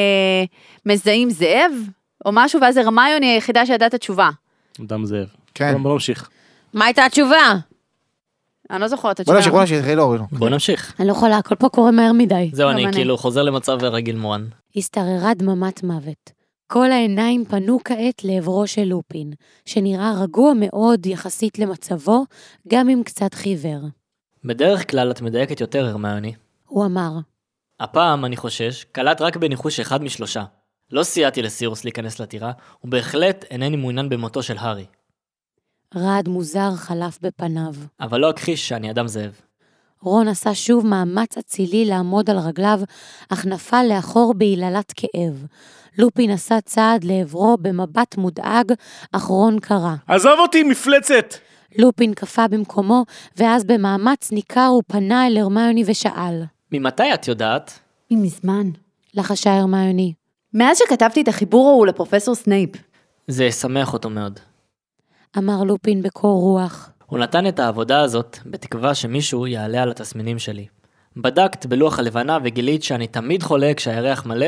מזהים זאב, או משהו, ואז הרמיוני היחידה שידעה את התשובה. אדם זאב. כן. בוא נמשיך. מה הייתה התשובה? אני לא זוכרת את בוא התשובה. נמשיך, התחיל להוריד לו. בוא נמשיך. אני לא יכולה, הכל פה קורה מהר מדי. זהו, גם אני אני. כאילו חוזר למצב רגיל מורן. השתררה דממת מוות. כל העיניים פנו כעת לעברו של לופין, שנראה רגוע מאוד יחסית למצבו, גם עם קצת חיוור. בדרך כלל את מדייקת יותר, הרמיוני. הוא אמר, הפעם, אני חושש, קלט רק בניחוש אחד משלושה. לא סייעתי לסירוס להיכנס לטירה, ובהחלט אינני מעוניין במותו של הארי. רעד מוזר חלף בפניו. אבל לא אכחיש שאני אדם זאב. רון עשה שוב מאמץ אצילי לעמוד על רגליו, אך נפל לאחור בהיללת כאב. לופין עשה צעד לעברו במבט מודאג, אך רון קרא. עזוב אותי, מפלצת! לופין קפא במקומו, ואז במאמץ ניכר הוא פנה אל הרמיוני ושאל. ממתי את יודעת? מזמן. לחשה הרמיוני. מאז שכתבתי את החיבור ההוא לפרופסור סנייפ. זה ישמח אותו מאוד. אמר לופין בקור רוח. הוא נתן את העבודה הזאת בתקווה שמישהו יעלה על התסמינים שלי. בדקת בלוח הלבנה וגילית שאני תמיד חולה כשהירח מלא,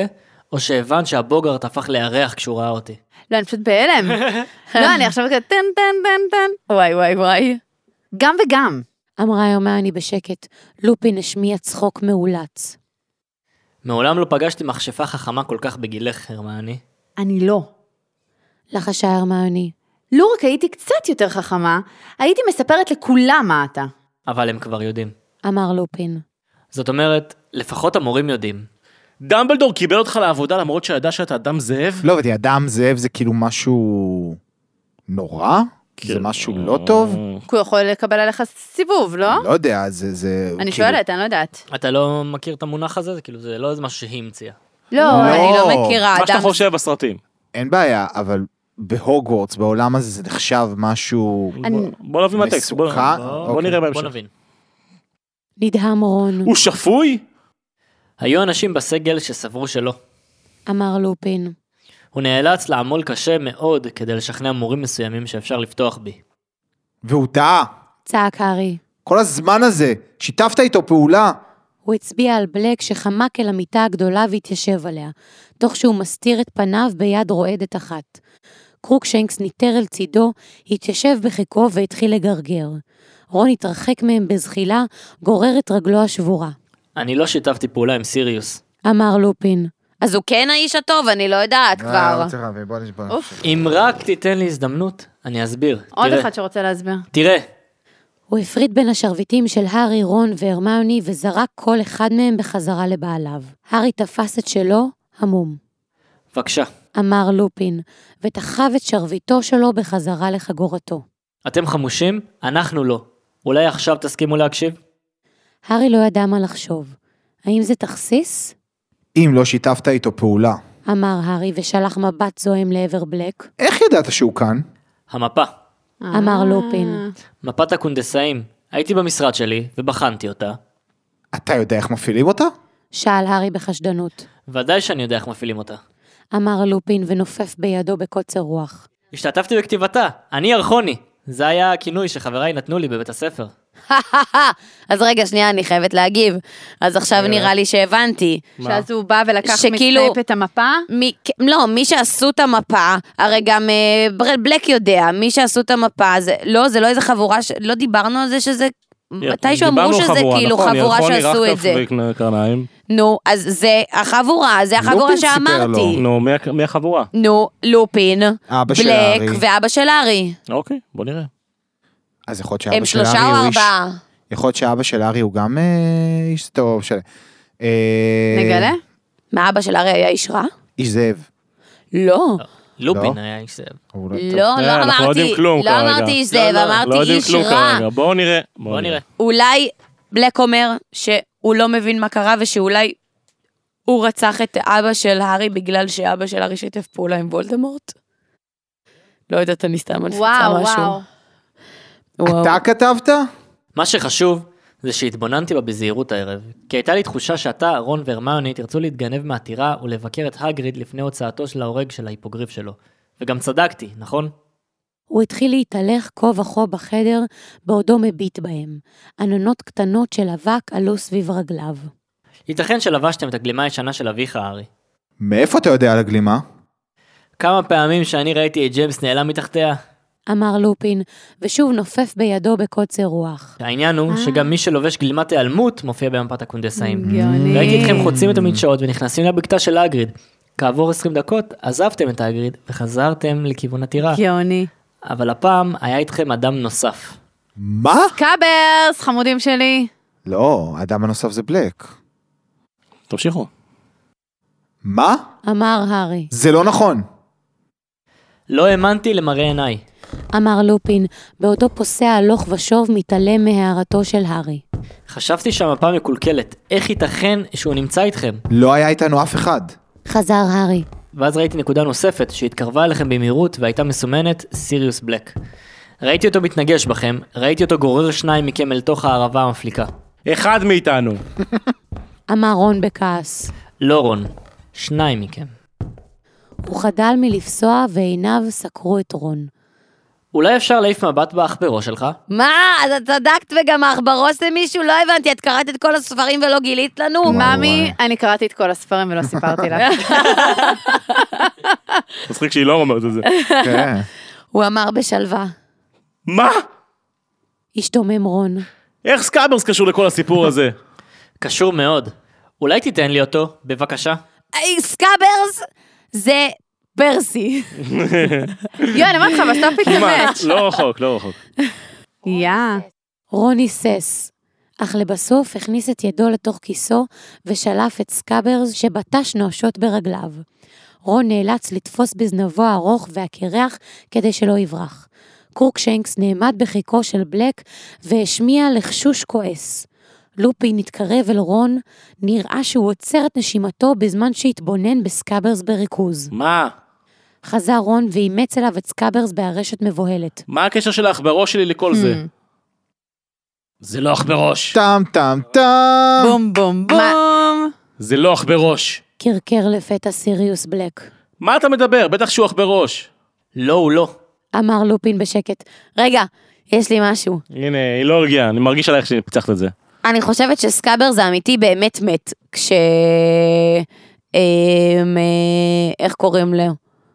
או שהבנת שהבוגרט הפך לירח כשהוא ראה אותי? לא, אני פשוט בהלם. לא, אני עכשיו כזה, טן, טן, טן, טן. וואי, וואי, וואי. גם וגם. אמרה הרמיוני בשקט. לופין השמיע צחוק מאולץ. מעולם לא פגשתי מכשפה חכמה כל כך בגילך, הרמיוני. אני לא. לחשה הרמיוני. לו רק הייתי קצת יותר חכמה, הייתי מספרת לכולם מה אתה. אבל הם כבר יודעים. אמר לופין. זאת אומרת, לפחות המורים יודעים. דמבלדור קיבל אותך לעבודה למרות שידע שאתה אדם זאב? לא, אבל אדם זאב זה כאילו משהו נורא? זה משהו לא טוב? כי הוא יכול לקבל עליך סיבוב, לא? לא יודע, זה... אני שואלת, אני לא יודעת. אתה לא מכיר את המונח הזה? כאילו, זה לא איזה משהו שהיא המציאה. לא, אני לא מכירה. מה שאתה חושב בסרטים. אין בעיה, אבל בהוגוורטס, בעולם הזה זה נחשב משהו... בוא נבין מהטקסט. בוא נראה בהמשך. בוא נבין. נדהם רון. הוא שפוי? היו אנשים בסגל שסברו שלא. אמר לופין. הוא נאלץ לעמול קשה מאוד כדי לשכנע מורים מסוימים שאפשר לפתוח בי. והוא טעה. צעק הארי. כל הזמן הזה, שיתפת איתו פעולה. הוא הצביע על בלק שחמק אל המיטה הגדולה והתיישב עליה, תוך שהוא מסתיר את פניו ביד רועדת אחת. קרוקשנקס ניטר אל צידו, התיישב בחיקו והתחיל לגרגר. רון התרחק מהם בזחילה, גורר את רגלו השבורה. אני לא שיתפתי פעולה עם סיריוס. אמר לופין. אז הוא כן האיש הטוב, אני לא יודעת כבר. אם רק תיתן לי הזדמנות, אני אסביר. עוד תראה. אחד שרוצה להסביר. תראה, הוא הפריד בין השרביטים של הארי, רון והרמיוני וזרק כל אחד מהם בחזרה לבעליו. הארי תפס את שלו, המום. בבקשה. אמר לופין, ותחב את שרביטו שלו בחזרה לחגורתו. אתם חמושים? אנחנו לא. אולי עכשיו תסכימו להקשיב? הארי לא ידע מה לחשוב. האם זה תכסיס? אם לא שיתפת איתו פעולה. אמר הארי ושלח מבט זוהם לעבר בלק. איך ידעת שהוא כאן? המפה. אמר לופין. מפת הקונדסאים. הייתי במשרד שלי ובחנתי אותה. אתה יודע איך מפעילים אותה? שאל הארי בחשדנות. ודאי שאני יודע איך מפעילים אותה. אמר לופין ונופף בידו בקוצר רוח. השתתפתי בכתיבתה. אני ירחוני. זה היה הכינוי שחבריי נתנו לי בבית הספר. אז רגע, שנייה, אני חייבת להגיב. אז עכשיו נראה לי שהבנתי. שאז הוא בא ולקח שכאילו- מסנייפ את המפה. לא, מי שעשו את המפה, הרי גם בלק יודע, מי שעשו את המפה, זה לא איזה חבורה, לא דיברנו על זה שזה, מתישהו אמרו שזה כאילו חבורה שעשו את זה. נו, אז זה החבורה, זה החבורה לופין סיפר שאמרתי. לו. נו, מי החבורה? נו, לופין, אבא של בלק הארי. ואבא של הארי. אוקיי, בוא נראה. אז יכול להיות שאבא הם של 3 הארי או הוא איש... 4. יכול להיות שאבא של הארי הוא גם איש טוב של... נגלה? מה, אבא של הארי היה איש רע? איש זאב. לא. לופין לא? היה איש זאב. הוא לא טוב. לא אנחנו לא יודעים אמרתי, כלום לא כרגע. אמרתי איש לא, זאב, לא, לא אמרתי יודעים איש כלום רע. כרגע. בואו נראה. בוא נראה. אולי בלק אומר שהוא לא מבין מה קרה ושאולי הוא רצח את אבא של הארי בגלל שאבא של הארי שיתף פעולה עם וולדמורט? לא יודעת, אני סתם מנפצה וואו, משהו. וואו. אתה כתבת? מה שחשוב זה שהתבוננתי בה בזהירות הערב, כי הייתה לי תחושה שאתה, רון והרמיוני, תרצו להתגנב מהטירה ולבקר את הגריד לפני הוצאתו של ההורג של ההיפוגריף שלו. וגם צדקתי, נכון? הוא התחיל להתהלך כה וכה בחדר בעודו מביט בהם. עננות קטנות של אבק עלו סביב רגליו. ייתכן שלבשתם את הגלימה הישנה של אביך, הארי. מאיפה אתה יודע על הגלימה? כמה פעמים שאני ראיתי את ג'יימס נעלם מתחתיה. אמר לופין, ושוב נופף בידו בקוצר רוח. העניין הוא שגם מי שלובש גלימת היעלמות מופיע במפת הקונדסאים. גאוני. ראיתי אתכם חוצים את המדשאות ונכנסים לבקתה של הגריד. כעבור 20 דקות עזבתם את הגריד וחזרתם לכיוון הטירה. גאוני. אבל הפעם היה איתכם אדם נוסף. מה? קאברס, חמודים שלי. לא, האדם הנוסף זה בלק. תמשיכו. מה? אמר הארי. זה לא נכון. לא האמנתי למראה עיניי. אמר לופין, בעודו פוסע הלוך ושוב מתעלם מהערתו של הארי. חשבתי שהמפה מקולקלת. איך ייתכן שהוא נמצא איתכם? לא היה איתנו אף אחד. חזר הארי. ואז ראיתי נקודה נוספת שהתקרבה אליכם במהירות והייתה מסומנת סיריוס בלק. ראיתי אותו מתנגש בכם, ראיתי אותו גורר 2 מכם אל תוך הערבה המפליקה. אחד מאיתנו. אמר רון בכעס. לא רון, 2 מכם. הוא חדל מלפסוע ועיניו סקרו את רון. אולי אפשר להעיף מבט בעכברו שלך? מה? אז את צדקת וגם העכברוש זה מישהו? לא הבנתי, את קראת את כל הספרים ולא גילית לנו? ממי, אני קראתי את כל הספרים ולא סיפרתי לך. מצחיק שהיא לא אומרת את זה. כן. הוא אמר בשלווה. מה? השתומם רון. איך סקאברס קשור לכל הסיפור הזה? קשור מאוד. אולי תיתן לי אותו, בבקשה? סקאברס זה פרסי. אני אומרת לך, בסוף התאמת. לא רחוק, לא רחוק. רון היסס, אך לבסוף הכניס את ידו לתוך כיסו ושלף את סקאברס שבטש נואשות ברגליו. רון נאלץ לתפוס בזנבו הארוך והקרח כדי שלא יברח. קרוקשנקס נעמד בחיקו של בלק והשמיע לחשוש כועס. לופין התקרב אל רון, נראה שהוא עוצר את נשימתו בזמן שהתבונן בסקאברס בריכוז. מה? חזר רון ואימץ אליו את סקאברס בהרשת מבוהלת. מה הקשר של העכברוש שלי לכל זה? זה לא עכברוש. טם טם טם. בום בום בום. זה לא עכברוש. קרקר לפתע סיריוס בלק. מה אתה מדבר? בטח שהוא עכברוש. לא, הוא לא. אמר לופין בשקט. רגע, יש לי משהו. הנה, היא לא הרגיעה, אני מרגיש עלייך שפיצחת את זה. אני חושבת שסקאברס האמיתי באמת מת. איך קוראים לו?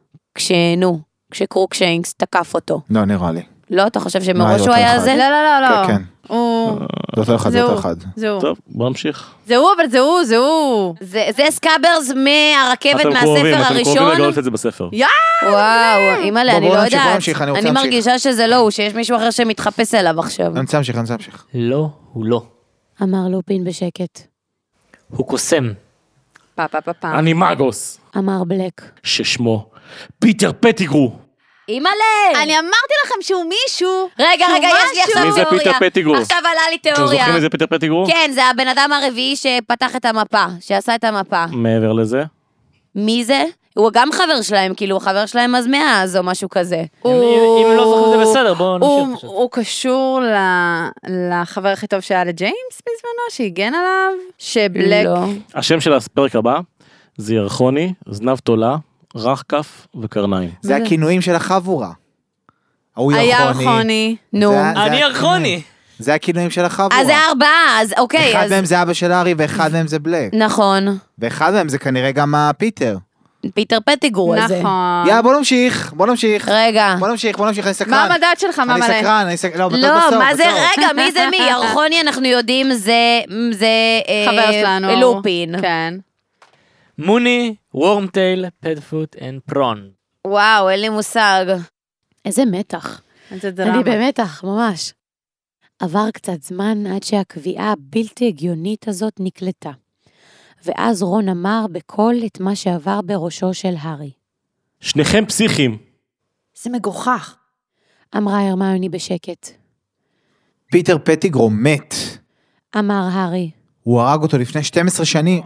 כשקרוקשנקס תקף אותו. לא, נראה לי. לא, אתה חושב לא, שמראש לא, הוא היה אחד. זה? לא. כן, כן. זה אותו אחד, זה אותו אחד. זה הוא. טוב, בוא נמשיך. זה הוא, אבל זה הוא. זה סקאברס מהרכבת אתם מהספר קרובים הראשון? לגלות את זה בספר. וואו, אימא'לה, אני בוא לא נמשיך, יודעת. נמשיך, אני רוצה אני להמשיך. מרגישה שזה לא הוא, שיש מישהו אחר שמתחפש אליו עכשיו. אני רוצה להמשיך. לא, הוא לא. אמר לופין בשקט. הוא קוסם. פה. אני מגוס, אמר בלק. ששמו פיטר פטיגרו. אימא'לה! אני אמרתי לכם שהוא מישהו. רגע, יש לי עכשיו מי זה תיאוריה. פיטר פטיגרו? עכשיו עלה לי אתם תיאוריה. זוכרים איזה פיטר פטיגרו? כן, זה הבן אדם הרביעי שפתח את המפה, שעשה את המפה. מעבר לזה? מי זה? הוא גם חבר שלהם, כאילו, הוא חבר שלהם אז מאז או משהו כזה. אם לא זוכרים זה בסדר, בואו נמשיך פשוט. הוא קשור לחבר הכי טוב שהיה לג'יימס בזמנו, שהגן עליו, שבלק... לא. השם של הפרק הבא זה ירחוני, זנב תולה, רך כף וקרניים. זה הכינויים של החבורה. ההוא היה ירחוני. ירחוני. נו. זה אני ירחוני. זה הכינויים של החבורה. אז זה 4, אז אוקיי. אחד אז... מהם זה אבא של הארי ואחד מהם זה בלק. נכון. ואחד מהם זה כנראה גם הפיטר. פיטר פטיגרו הזה. נכון. יאללה, בוא נמשיך. רגע. בוא נמשיך, אני סקרן. מה המדד שלך, מה מלא? אני סקרן, לא, לא, בסוף. מה זה, רגע, מי זה מי? ירחוני אנחנו יודעים זה חבר שלנו. לופין. כן. מוני, וורמטייל, פדפוט ופרון. וואו, אין לי מושג. איזה מתח. זה דרמה. אני במתח, ממש. עבר קצת זמן עד שהקביעה הבלתי הגיונית הזאת נקלטה. ואז רון אמר בקול את מה שעבר בראשו של הארי. שניכם פסיכים. זה מגוחך. אמרה הרמיוני בשקט. פיטר פטיגרו מת. אמר הארי. הוא הרג אותו לפני 12 שנים.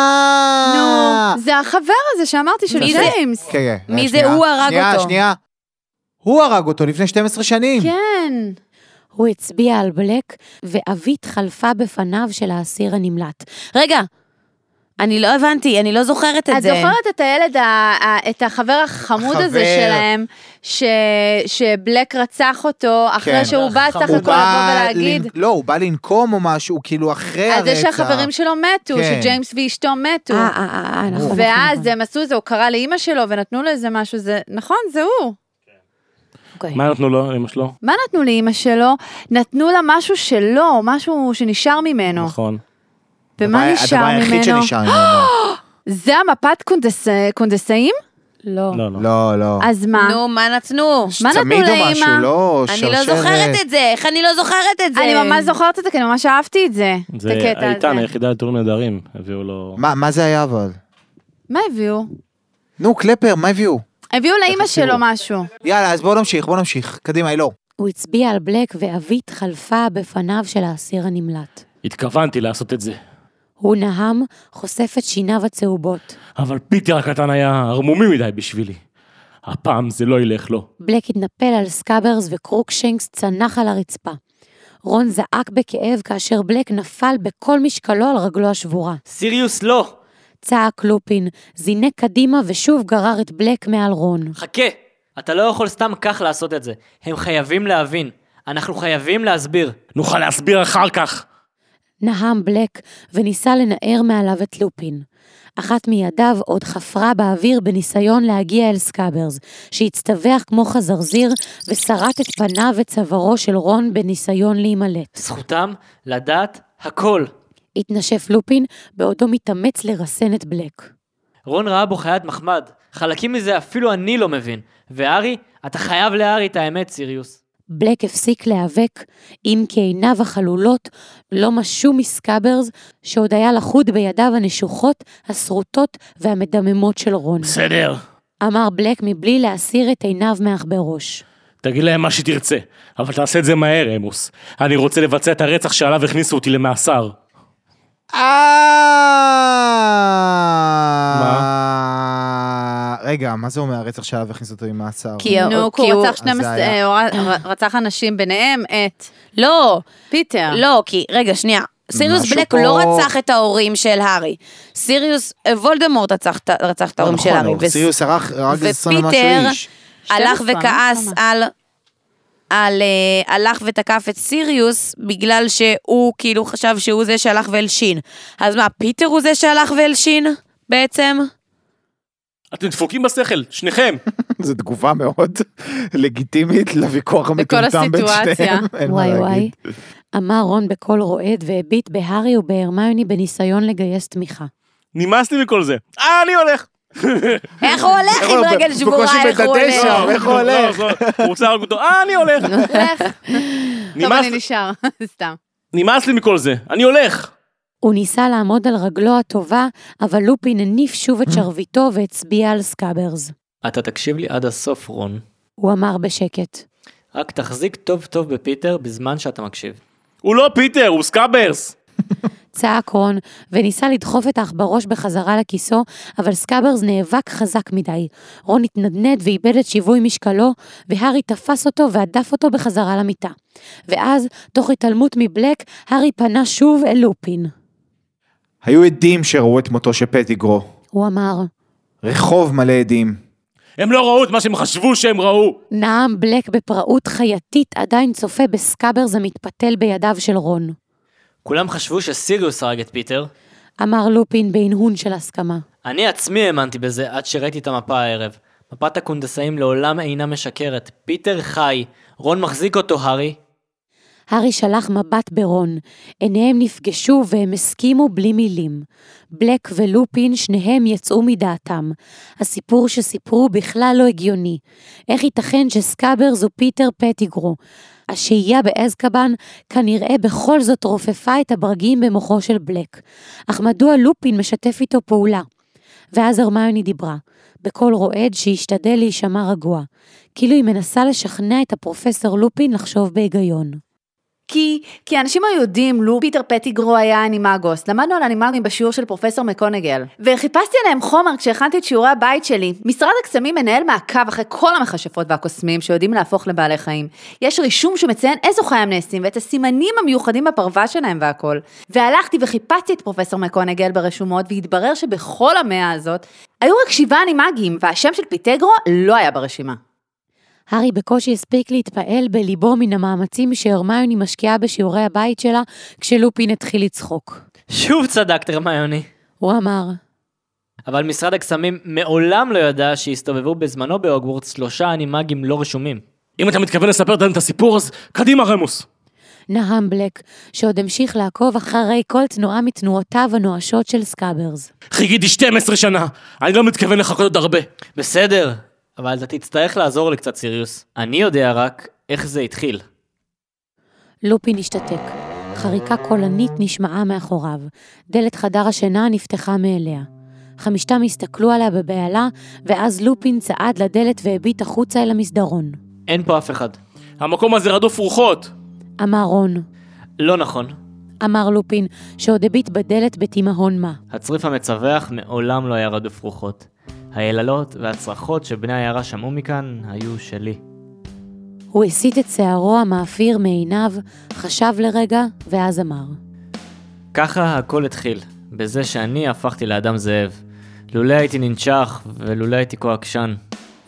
נו, זה החבר הזה שאמרתי של מי זה? ג'יימס. כן. מי זה שנייה, הוא הרג אותו? שנייה. הוא הרג אותו לפני 12 שנים. כן. הוא הצביע על בלק, ואבית חלפה בפניו של האסיר הנמלט. רגע, אני לא הבנתי, אני לא זוכרת את את זה. זוכרת את הילד, את החבר החמוד הזה שלהם, שבלק רצח אותו, אחרי כן. שהוא בא סך הכל הוא לבוא בא ולהגיד, לא, הוא בא לנקום או משהו, כאילו אחרי על זה הרצח. שהחברים שלו מתו, כן. שג'יימס ואשתו מתו. נכון. ואז הם עשו זה, הוא קרא לאמא שלו ונתנו לו איזה משהו, זה, נכון, זה הוא. מה נתנו לו, אמא שלו? מה נתנו לאמא שלו? נתנו לה משהו שלו, משהו שנשאר ממנו. נכון. ומה נשאר הדבר היחיד ממנו? שנשאר ממנו. זה המפת קונדסאים? לא. לא. אז מה? נו, מה נתנו? מה נתנו צמיד או לאמא? משהו, לא, אני שרשרת. לא זוכרת את זה, איך אני לא זוכרת את זה? אני ממש זוכרת את זה, כי אני ממש אהבתי את זה. זה את הקטע איתן, הזה. היחידה לתיאורים נהדרים, הביאו לו... מה זה היה אבל? מה הביאו? נו, קלפר, מה הביאו? הביאו לאמא שלו משהו. יאללה, אז בוא נמשיך. קדימה, לא. הוא הצביע על בלק ואבית חלפה בפניו של האסיר הנמלט. התכוונתי לעשות את זה. הוא נהם, חושף את שיניו הצהובות. אבל פיטר הקטן היה ערמומי מדי בשבילי. הפעם זה לא ילך לו. בלק התנפל על סקאברס וקרוקשנקס צנח על הרצפה. רון זעק בכאב כאשר בלק נפל בכל משקלו על רגלו השבורה. סיריוס לא. צעק לופין, זינק קדימה ושוב גרר את בלק מעל רון. חכה. אתה לא יכול סתם כך לעשות את זה. הם חייבים להבין. אנחנו חייבים להסביר. נוכל להסביר אחר כך. נהם בלק וניסה לנער מעליו את לופין. אחת מידיו עוד חפרה באוויר בניסיון להגיע אל סקאברס, שהצטווח כמו חזרזיר ושרט את פניו וצווארו של רון בניסיון להימלט. זכותם לדעת הכל. התנשף לופין בעודו מתאמץ לרסן את בלק. רון ראה בו חיית מחמד. חלקים מזה אפילו אני לא מבין. והארי, אתה חייב להארי את האמת, סיריוס. בלק הפסיק להיאבק, אם כי עיניו החלולות לא משו מסקאברס, שעוד היה לחוד בידיו הנשוכות, הסרוטות והמדממות של רון. בסדר. אמר בלק מבלי להסיר את עיניו מאחברוש. תגיד להם מה שתרצה, אבל תעשה את זה מהר, אמוס. אני רוצה לבצע את הרצח שעליו הכניסו אותי למאסר. רגע, מה זה אומר הרצח שעליו הכניס אותו עם מאסר? כי הוא רצח 12, רצח אנשים ביניהם את... לא, פיטר. לא, כי, רגע, שנייה. סיריוס בלק לא רצח את ההורים של הארי. סיריוס, וולדמורט רצח את ההורים של הארי. סיריוס הרג 20 ומשהו איש. הלך וכעס הלך ותקף את סיריוס, בגלל שהוא כאילו חשב שהוא זה שהלך והלשין. אז מה, פיטר הוא זה שהלך והלשין בעצם? אתם דפוקים בשכל, שניכם. זו תגובה מאוד לגיטימית לוויכוח המטומטם בין שניהם. וואי. אמר רון בקול רועד והביט בהארי ובהרמיוני בניסיון לגייס תמיכה. נמאס לי מכל זה. אני הולך. איך הוא הולך עם רגל שבורה? איך הוא הולך? הוא רוצה להרג אותו. אני הולך. טוב, אני נשאר, סתם. נמאס לי מכל זה. אני הולך. הוא ניסה לעמוד על רגלו הטובה, אבל לופין הניף שוב את שרביטו והצביע על סקאברס. אתה תקשיב לי עד הסוף, רון. הוא אמר בשקט. רק תחזיק טוב טוב בפיטר בזמן שאתה מקשיב. הוא לא פיטר, הוא סקאברס. צעק רון, וניסה לדחוף את האח בראש בחזרה לכיסו, אבל סקאברס נאבק חזק מדי. רון התנדנד ואיבד את שיווי משקלו, והארי תפס אותו והדף אותו בחזרה למיטה. ואז, תוך התעלמות מבלק, הארי פנה שוב אל לופין. היו עדים שראו את מותו של פטיגרו. הוא אמר. רחוב מלא עדים. הם לא ראו את מה שהם חשבו שהם ראו. נעם בלק בפראות חייתית עדיין צופה בסקאברס המתפתל בידיו של רון. כולם חשבו שסיריוס הרג את פיטר. אמר לופין בהנהון של הסכמה. אני עצמי האמנתי בזה עד שראיתי את המפה הערב. מפת הקונדסאים לעולם אינה משקרת. פיטר חי. רון מחזיק אותו, הארי. הארי שלח מבט ברון. עיניהם נפגשו והם הסכימו בלי מילים. בלק ולופין שניהם יצאו מדעתם. הסיפור שסיפרו בכלל לא הגיוני. איך ייתכן שסקאברס ופיטר פטיגרו? השהייה באזקבן כנראה בכל זאת רופפה את הברגים במוחו של בלק. אך מדוע לופין משתף איתו פעולה? ואז הרמיוני דיברה, בקול רועד שהשתדל להישמע רגוע, כאילו היא מנסה לשכנע את הפרופסור לופין לחשוב בהיגיון. כי אנשים היודעים, פיטר פטיגרו היה אנימגוס. למדנו על אנימגים בשיעור של פרופסור מקונגל. וחיפשתי עליהם חומר כשהכנתי את שיעורי הבית שלי. משרד הקסמים מנהל מעקב אחרי כל המכשפות והקוסמים שיודעים להפוך לבעלי חיים. יש רישום שמציין איזו חיה הם נעשים ואת הסימנים המיוחדים בפרווה שלהם והכל. והלכתי וחיפשתי את פרופסור מקונגל ברשומות והתברר שבכל המאה הזאת היו רק 7 אנימגים והשם של פטיגרו לא היה ברשימה. הארי בקושי הספיק להתפעל בליבו מן המאמצים שהרמיוני משקיעה בשיעורי הבית שלה, כשלופין התחיל לצחוק. שוב צדקת, הרמיוני. הוא אמר. אבל משרד הקסמים מעולם לא ידע שהסתובבו בזמנו בהוגוורטס 3 אנימגים לא רשומים. אם אתה מתכוון לספר לנו את הסיפור, אז קדימה רמוס. נהם בלק, שעוד המשיך לעקוב אחרי כל תנועה מתנועותיו הנואשות של סקאברס. חיכיתי 12 שנה, אני לא מתכוון לחכות עוד הרבה. בסדר. אבל אתה תצטרך לעזור לי קצת, סיריוס. אני יודע רק איך זה התחיל. לופין השתתק. חריקה קולנית נשמעה מאחוריו. דלת חדר השינה נפתחה מאליה. 5 הסתכלו עליה בבעלה, ואז לופין צעד לדלת והביט החוצה אל המסדרון. אין פה אף אחד. המקום הזה רדוף רוחות. אמר רון. לא נכון. אמר לופין, שעוד הביט בדלת בתימהון מה. הצריף המצווח מעולם לא היה רדוף רוחות. היללות והצרחות שבני העיירה שמעו מכאן היו שלי. הוא הסיט את שערו המאפיר מעיניו, חשב לרגע ואז אמר. ככה הכל התחיל, בזה שאני הפכתי לאדם זאב. לולא הייתי ננשך ולולא הייתי כה עקשן.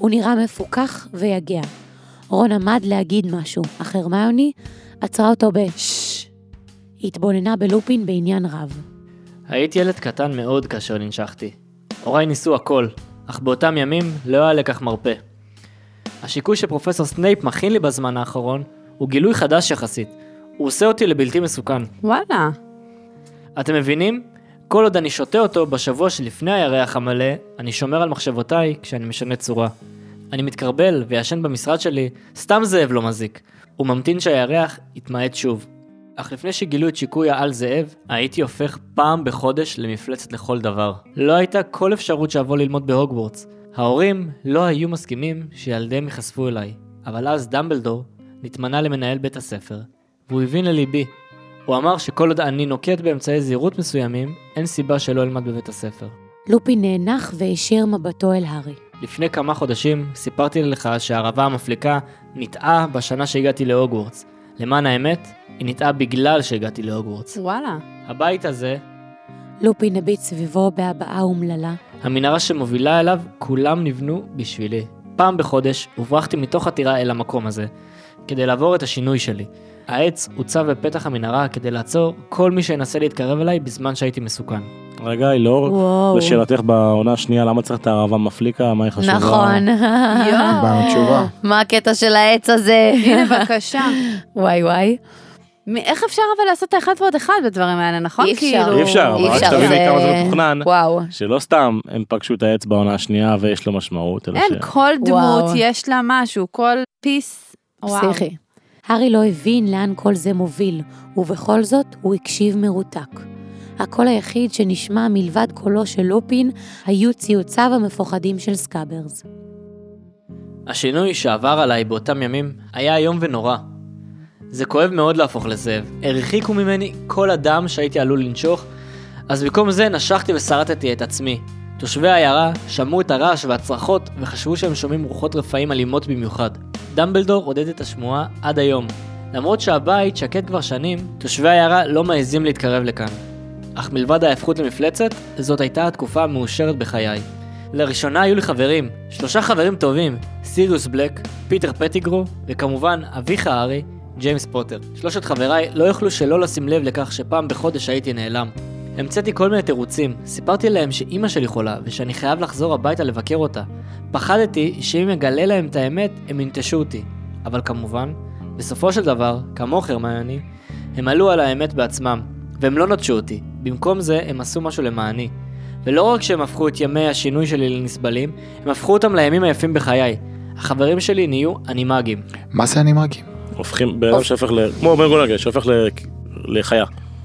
הוא נראה מפוקח ויגע. רון עמד להגיד משהו, אך הרמיוני עצרה אותו בשש. היא התבוננה בלופין בעניין רב. הייתי ילד קטן מאוד כאשר ננשכתי. הוריי ניסו הכל, אך באותם ימים לא היה לכך מרפא. השיקוי שפרופסור סנייפ מכין לי בזמן האחרון הוא גילוי חדש יחסית. הוא עושה אותי לבלתי מסוכן. וואלה. אתם מבינים? כל עוד אני שותה אותו בשבוע שלפני הירח המלא, אני שומר על מחשבותיי כשאני משנה צורה. אני מתקרבל וישן במשרד שלי, סתם זאב לא מזיק. הוא ממתין שהירח יתמעט שוב. אך לפני שגילו את שיקוי העל זאב, הייתי הופך פעם בחודש למפלצת לכל דבר. לא הייתה כל אפשרות שאבוא ללמוד בהוגוורטס. ההורים לא היו מסכימים שילדיהם יחשפו אליי. אבל אז דמבלדור נתמנה למנהל בית הספר, והוא הבין לליבי. הוא אמר שכל עוד אני נוקט באמצעי זהירות מסוימים, אין סיבה שלא אלמד בבית הספר. לופין נאנח והישיר מבטו אל הארי. לפני כמה חודשים סיפרתי לך שהערבה המפליקה נטעה בשנה שהגעתי להוגוורטס. למען האמת, היא נטעה בגלל שהגעתי להוגוורטס. וואלה. הבית הזה, לופין הביט סביבו בהבעה אומללה. המנהרה שמובילה אליו, כולם נבנו בשבילי. פעם בחודש הוברחתי מתוך הטירה אל המקום הזה, כדי לעבור את השינוי שלי. העץ הוצב בפתח המנהרה כדי לעצור כל מי שינסה להתקרב אליי בזמן שהייתי מסוכן. רגע, אילור, לשאלתך בעונה השנייה, למה צריך את הערבה מפליקה? מה היא חשובה? נכון. באנו תשובה. מה הקטע של העץ הזה? הנה בבקשה. וואי וואי. איך אפשר אבל לעשות האחד ועוד אחד בדברים האלה, נכון? אי אפשר. כאילו- אי אפשר, אבל רק שתביני כמה זה מתוכנן, וואו. שלא סתם הם פגשו את העץ בעונה השנייה ויש לו משמעות, אלא אין, כל דמות וואו. יש לה משהו, כל פיס. וואו. פסיכי. הארי לא הבין לאן כל זה מוביל, ובכל זאת הוא הקשיב מרותק. הקול היחיד שנשמע מלבד קולו של לופין היו ציוציו המפוחדים של סקאברס. השינוי שעבר עליי באותם ימים היה איום ונורא. זה כואב מאוד להפוך לזאב. הרחיקו ממני כל אדם שהייתי עלול לנשוך, אז במקום זה נשכתי ושרטתי את עצמי. תושבי העיירה שמעו את הרעש והצרחות וחשבו שהם שומעים רוחות רפאים אלימות במיוחד. דמבלדור עודד את השמועה עד היום. למרות שהבית שקט כבר שנים, תושבי העיירה לא מעזים להתקרב לכאן. אך מלבד ההפכות למפלצת, זאת הייתה התקופה המאושרת בחיי. לראשונה היו לי חברים, 3 חברים טובים, סיריוס בלק, פיטר פטיגרו, וכמובן אביך הארי, ג'יימס פוטר. 3 חבריי לא יוכלו שלא לשים לב לכך שפעם בחודש הייתי נעלם. המצאתי כל מיני תירוצים, סיפרתי להם שאמא שלי חולה ושאני חייב לחזור הביתה לבקר אותה. פחדתי שאם אגלה להם את האמת, הם ינטשו אותי. אבל כמובן, בסופו של דבר, כמוך הרמיוני, הם עלו על האמת בעצמם, והם לא נטשו אותי. במקום זה, הם עשו משהו למעני. ולא רק שהם הפכו את ימי השינוי שלי לנסבלים, הם הפכו אותם לימים היפים בחיי. החברים שלי נהיו אנימאגים. מה זה אנימאגים? הופכים, באדם שהופך כמו מרגולגה, שהופך לחיה.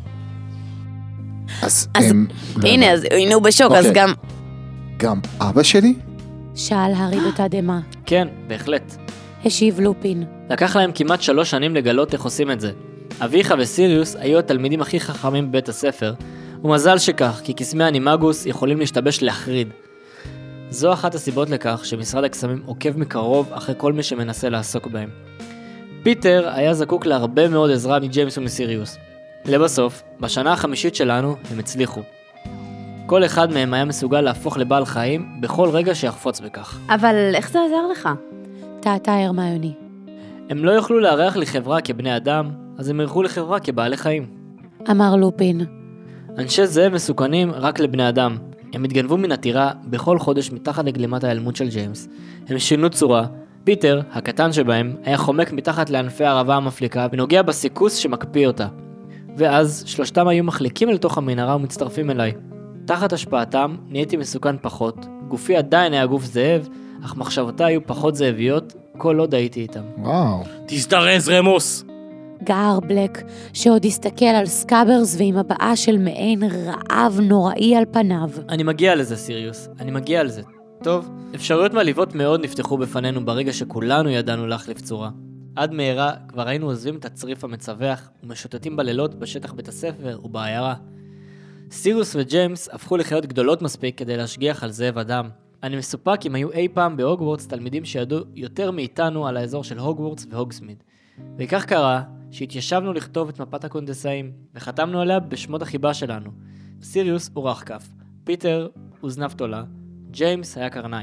אז הנה, אז הנה הוא בשוק, אז אוקיי. גם... גם אבא שלי? שאל הארי בתדהמה. כן, בהחלט. השיב לופין. לקח להם כמעט 3 שנים לגלות איך עושים את זה. אביך וסיריוס היו התלמידים הכי חכמים בבית הספר, ומזל שכך, כי קסמי אנימגוס יכולים להשתבש להחריד. זו אחת הסיבות לכך שמשרד הקסמים עוקב מקרוב אחרי כל מי שמנסה לעסוק בהם. פיטר היה זקוק להרבה מאוד עזרה מג'יימס ומסיריוס. לבסוף, בשנה החמישית שלנו הם הצליחו. כל אחד מהם היה מסוגל להפוך לבעל חיים בכל רגע שיחפוץ בכך. אבל איך זה עזר לך? טעתה הרמיוני. הם לא יוכלו לארח לי חברה כבני אדם, אז הם ערכו לחברה כבעלי חיים. אמר לופין. אנשי זאב מסוכנים רק לבני אדם. הם התגנבו מן הטירה בכל חודש מתחת לגלימת ההיעלמות של ג'יימס. הם שינו צורה. פיטר, הקטן שבהם, היה חומק מתחת לענפי הערבה המפליקה ונוגע בסיקוס שמקפיא אותה. ואז 3 היו מחליקים אל תוך המנהרה ומצטרפים אליי. תחת השפעתם נהייתי מסוכן פחות. גופי עדיין היה גוף זאב, אך מחשבותיי היו פחות זאביות, כל עוד הייתי איתם. וואו. תזדרז רמוס! גער בלק, שעוד הסתכל על סקאברס ועם הבעה של מעין רעב נוראי על פניו. אני מגיע לזה, סיריוס. אני מגיע לזה. טוב, אפשרויות מעליבות מאוד נפתחו בפנינו ברגע שכולנו ידענו להחליף צורה. עד מהרה כבר היינו עוזבים את הצריף המצווח ומשוטטים בלילות בשטח בית הספר ובעיירה. סיריוס וג'יימס הפכו לחיות גדולות מספיק כדי להשגיח על זאב אדם. אני מסופק אם היו אי פעם בהוגוורטס תלמידים שידעו יותר מאיתנו על האזור של הוגוורטס והוגסמיד. וכך קרה שהתיישבנו לכתוב את מפת הקונדסאים וחתמנו עליה בשמות החיבה שלנו. סיריוס הוא רחקף, פיטר הוא זנב תולה, ג'יימס היה קרניים.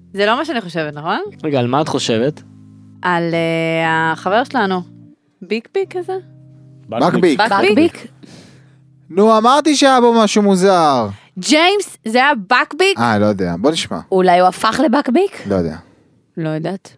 זה לא מה שאני חושבת, נכון? רגע, על מה את חושבת? על החבר שלנו. ביק ביק כזה? בקביק. בקביק? נו, אמרתי שהיה בו משהו מוזר. ג'יימס, זה היה בקביק? לא יודע, בוא נשמע. אולי הוא הפך לבקביק? לא יודע. לא יודעת.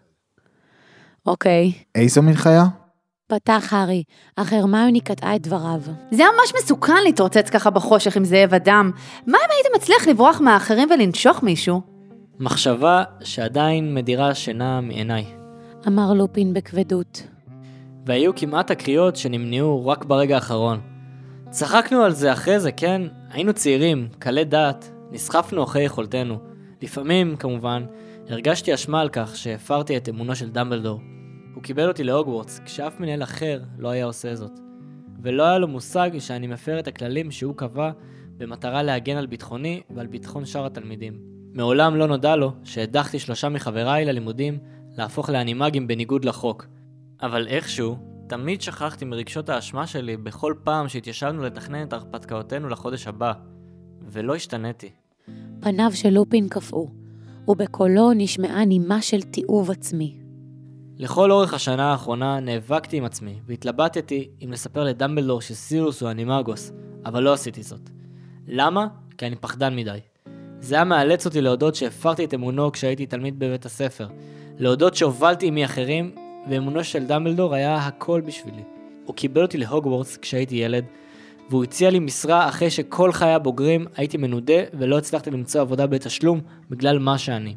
אוקיי. איזו מין חיה? פתח הארי, אך הרמיוני קטעה את דבריו. זה ממש מסוכן להתרוצץ ככה בחושך עם זאב אדם. מה אם היית מצליח לברוח מהאחרים ולנשוך מישהו? מחשבה שעדיין מדירה שינה מעיניי. אמר לופין בכבדות. והיו כמעט הקריאות שנמנעו רק ברגע האחרון. צחקנו על זה אחרי זה, כן? היינו צעירים, קלי דעת, נסחפנו אחרי יכולתנו. לפעמים, כמובן, הרגשתי אשמה על כך שהפרתי את אמונו של דמבלדור. הוא קיבל אותי להוגוורטס, כשאף מנהל אחר לא היה עושה זאת. ולא היה לו מושג שאני מפר את הכללים שהוא קבע במטרה להגן על ביטחוני ועל ביטחון שאר התלמידים. מעולם לא נודע לו שהדחתי 3 מחבריי ללימודים להפוך לאנימגים בניגוד לחוק. אבל איכשהו, תמיד שכחתי מרגשות האשמה שלי בכל פעם שהתיישבנו לתכנן את הרפתקאותינו לחודש הבא, ולא השתניתי. פניו של לופין קפאו, ובקולו נשמעה נימה של תיעוב עצמי. לכל אורך השנה האחרונה נאבקתי עם עצמי, והתלבטתי אם לספר לדמבלדור שסיריוס הוא אנימגוס, אבל לא עשיתי זאת. למה? כי אני פחדן מדי. זה היה מאלץ אותי להודות שהפרתי את אמונו כשהייתי תלמיד בבית הספר, להודות שהובלתי עמי אחרים, ואמונו של דמבלדור היה הכל בשבילי. הוא קיבל אותי להוגוורטס כשהייתי ילד, והוא הציע לי משרה אחרי שכל חיי הבוגרים הייתי מנודה ולא הצלחתי למצוא עבודה בתשלום בגלל מה שאני.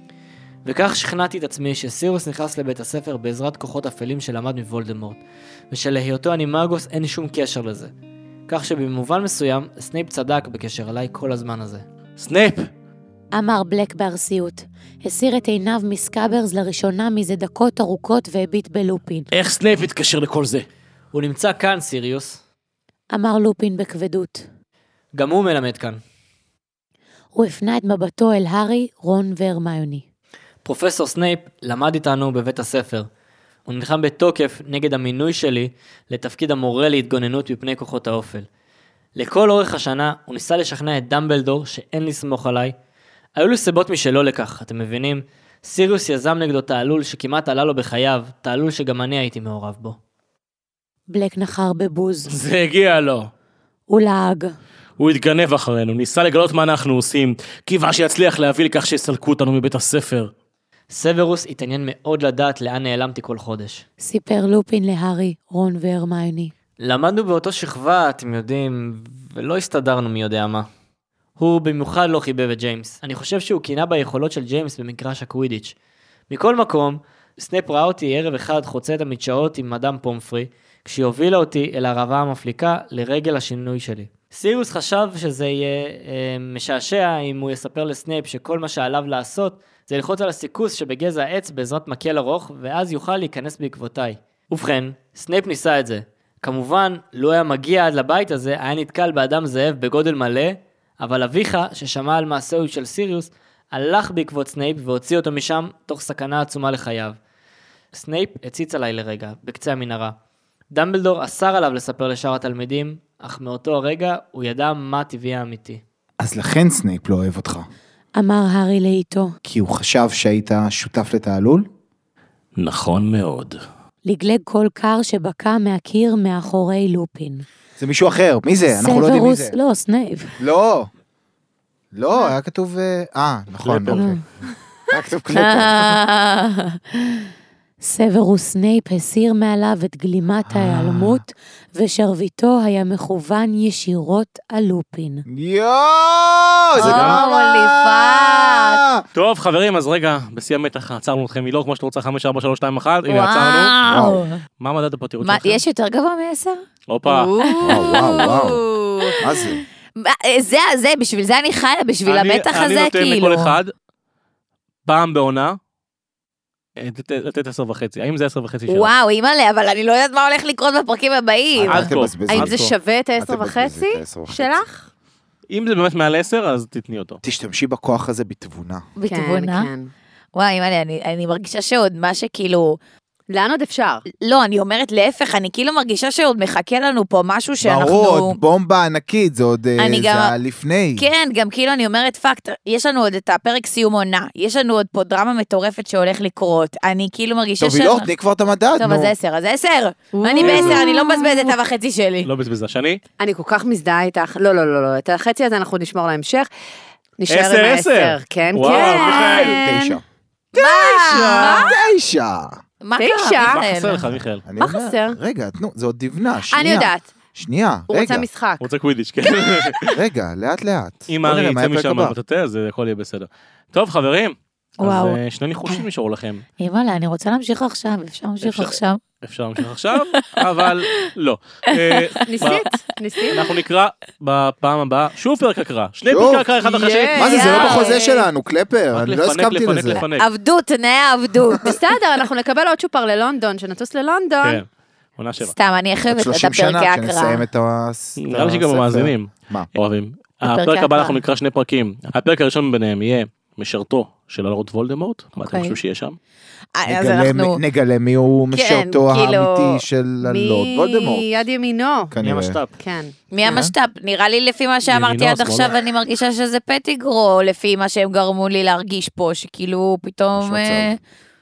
וכך שכנעתי את עצמי שסיריוס נכנס לבית הספר בעזרת כוחות אפלים שלמד מוולדמורט, ושלהיותו אנימגוס אין שום קשר לזה. כך שבמובן מסוים, סנייפ צדק בקשר אליי כל הזמן הזה. סנייפ! אמר בלק בארסיות. הסיר את עיניו מסקאברס לראשונה מזה דקות ארוכות והביט בלופין. איך סנייפ התקשר לכל זה? הוא נמצא כאן, סיריוס. אמר לופין בכבדות. גם הוא מלמד כאן. הוא הפנה את מבטו אל הארי, רון והרמיוני. פרופסור סנייפ למד איתנו בבית הספר. הוא נלחם בתוקף נגד המינוי שלי לתפקיד המורה להתגוננות מפני כוחות האופל. לכל אורך השנה הוא ניסה לשכנע את דמבלדור שאין לסמוך עליי. היו לו סיבות משלו לכך, אתם מבינים? סיריוס יזם נגדו תעלול שכמעט עלה לו בחייו, תעלול שגם אני הייתי מעורב בו. בלק נחר בבוז. זה הגיע לו. הוא לעג. הוא התגנב אחרינו, ניסה לגלות מה אנחנו עושים, קיווה שיצליח להביא לכך שיסלקו אותנו מבית הספר. סוורוס התעניין מאוד לדעת לאן נעלמתי כל חודש. סיפר לופין להארי, רון והרמיוני. למדנו באותו שכבה, אתם יודעים, ולא הסתדרנו מי יודע מה. הוא במיוחד לא חיבב את ג'יימס. אני חושב שהוא קינה ביכולות של ג'יימס במגרש הקווידיץ'. מכל מקום, סנייפ ראה אותי ערב אחד חוצה את המדשאות עם מדאם פומפרי, כשהיא הובילה אותי אל הערבה המפליקה לרגל השינוי שלי. סיריוס חשב שזה יהיה משעשע אם הוא יספר לסנייפ שכל מה שעליו לעשות זה ללחוץ על הסיכוס שבגזע העץ בעזרת מקל ארוך, ואז יוכל להיכנס בעקבותיי. ובכן, סנייפ ניסה את זה. כמובן, לא היה מגיע עד לבית הזה, היה נתקל באדם זאב בגודל מלא, אבל אביך, ששמע על מעשהו של סיריוס, הלך בעקבות סנייפ והוציא אותו משם תוך סכנה עצומה לחייו. סנייפ הציץ עליי לרגע, בקצה המנהרה. דמבלדור אסר עליו לספר לשאר התלמידים, אך מאותו הרגע הוא ידע מה טבעי האמיתי. אז לכן סנייפ לא אוהב אותך. אמר הארי לאיתו. כי הוא חשב שהיית שותף לתעלול? נכון מאוד. לגלג כל קר שבקע מהקיר מאחורי לופין. זה מישהו אחר, מי זה? אנחנו לא יודעים מי זה. לא, סנייפ. לא. לא, היה כתוב... נכון. קלפר. היה כתוב קלפר. סוורוס סנייפ הסיר מעליו את גלימת ההיעלמות, ושרביטו היה מכוון ישירות על לופין. יואו! זה גם פאק. טוב חברים, אז רגע, בשיא המתח עצרנו אתכם מילור כמו שאתה רוצה 5, 4, 3, 2, 1, הנה עצרנו. וואו. מה מדד הפרטיות מה, שלכם? יש יותר גבוה מ10? הופה. וואו. מה זה? זה, בשביל זה אני חיה, בשביל המתח הזה, אני נותן כאילו. לכל אחד, פעם בעונה, לתת 10.5. האם זה 10.5 שלך? וואו, אימא'לה, אבל אני לא יודעת מה הולך לקרות בפרקים הבאים. עד כה. האם זה שווה את אל תבזבזי את ה-10.5 ה-10.5. שלך? אם זה באמת מעל 10, אז תתני אותו. תשתמשי בכוח הזה בתבונה. בתבונה. וואי, אימא'לה, אני מרגישה שעוד מה שכאילו לאן עוד אפשר? לא, אני אומרת להפך, אני כאילו מרגישה שעוד מחכה לנו פה משהו שאנחנו... ברור, בומבה ענקית, זה עוד לפני. כן, גם כאילו אני אומרת פאקט, יש לנו עוד את הפרק סיום עונה, יש לנו עוד פה דרמה מטורפת שהולך לקרות, אני כאילו מרגישה טוב, לא, תני כבר את המדד, טוב, אז 10, אז 10. אני ב10, אני לא מבזבזת את החצי שלי. לא בזבזה, שני? אני כל כך מזדהה איתך. לא, את החצי הזה אנחנו נשמור להמשך. נשאר 10, עם 10. 10. כן, וואו, כן. 9. מה 9? קרה, מה מיכאל? חסר לך, מיכאל? מה חסר? רגע, תנו, זה עוד דבנה, שנייה. אני יודעת. שנייה, הוא רוצה רגע, משחק. רוצה קווידיץ', כן. רגע, לאט לאט. אם בוא ארי נראה מה יצא הפרק משם הבא. בטטה, אז הכל יהיה בסדר. טוב, חברים. וואו. אז שני ניחושים נשארו לכם. אימא'לה, אני רוצה להמשיך עכשיו, אפשר להמשיך עכשיו? אפשר להמשיך עכשיו, אבל לא. ניסית. אנחנו נקרא בפעם הבאה, שוב פרק הקרא. שני שוב? פרקי הקרא אחד אחרי שני. מה זה, זה לא יאי. בחוזה שלנו, קלפר, רק אני לא הסכמתי לזה. לפנק. עבדות, תנאי העבדות. בסדר, אנחנו נקבל עוד צ'ופר ללונדון, שנטוס ללונדון. כן, עונה 7. סתם, אני הכי אוהבת את 30 הפרקי שנה, הקרא. כשנסיים את נראה לי שגם המאזינים מה? אוהבים. הפרק הפרק הבא הקרא. אנחנו נקרא שני פרקים. הפרק הראשון ביניהם יהיה משרתו של הלורד וולדמורט. מה אתם אוקיי. חושבים שיהיה שם? אז אנחנו... נגלה מי הוא משרתו כאילו, האמיתי של הלורד וולדמורט. מיד ימינו. מי כנראה. המשת"פ? כן. מי המשת"פ? נראה לי לפי מה שאמרתי ימינו, עד שמאלה. עכשיו, אני מרגישה שזה פטיגרו, לפי מה שהם גרמו לי להרגיש פה, שכאילו פתאום... יש מצב.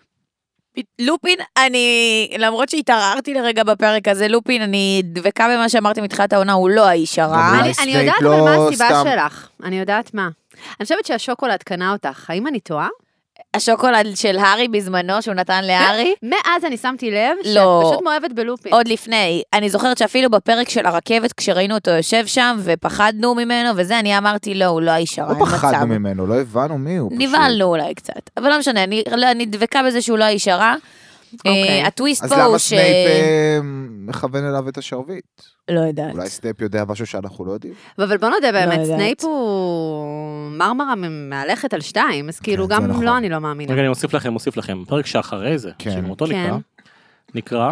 לופין, אני, למרות שהתערערתי לרגע בפרק הזה, לופין, אני דבקה במה שאמרתי מתחילת העונה, הוא לא האיש הרע. אולי אני סנייפ יודעת לא אבל מה הסיבה סתם. שלך. אני יודעת מה. אני חושבת שהשוקולד קנה אותך. האם אני טועה? השוקולד של הארי בזמנו, שהוא נתן להארי, מאז אני שמתי לב שאת לא. פשוט מאוהבת בלופין. עוד לפני. אני זוכרת שאפילו בפרק של הרכבת, כשראינו אותו יושב שם, ופחדנו ממנו, וזה, אני אמרתי, לא, הוא לא האיש הרע, לא אין מצב. פחדנו ממנו, לא הבנו מי הוא. פשוט. נבהלנו אולי קצת, אבל לא משנה, אני דבקה בזה שהוא לא האיש הרע. אוקיי. הטוויסט אז פה למה הוא סנייפ מכוון אליו את השרביט? לא יודעת. אולי סנייפ יודע משהו שאנחנו לא יודעים? אבל בוא נודה באמת, יודעת. סנייפ הוא מרמרה מהלכת על 2, אז כאילו כן, זה גם נכון. לא, אני לא מאמינה. רגע, אני מוסיף לכם. פרק שאחרי זה, כן. שגם אותו כן. נקרא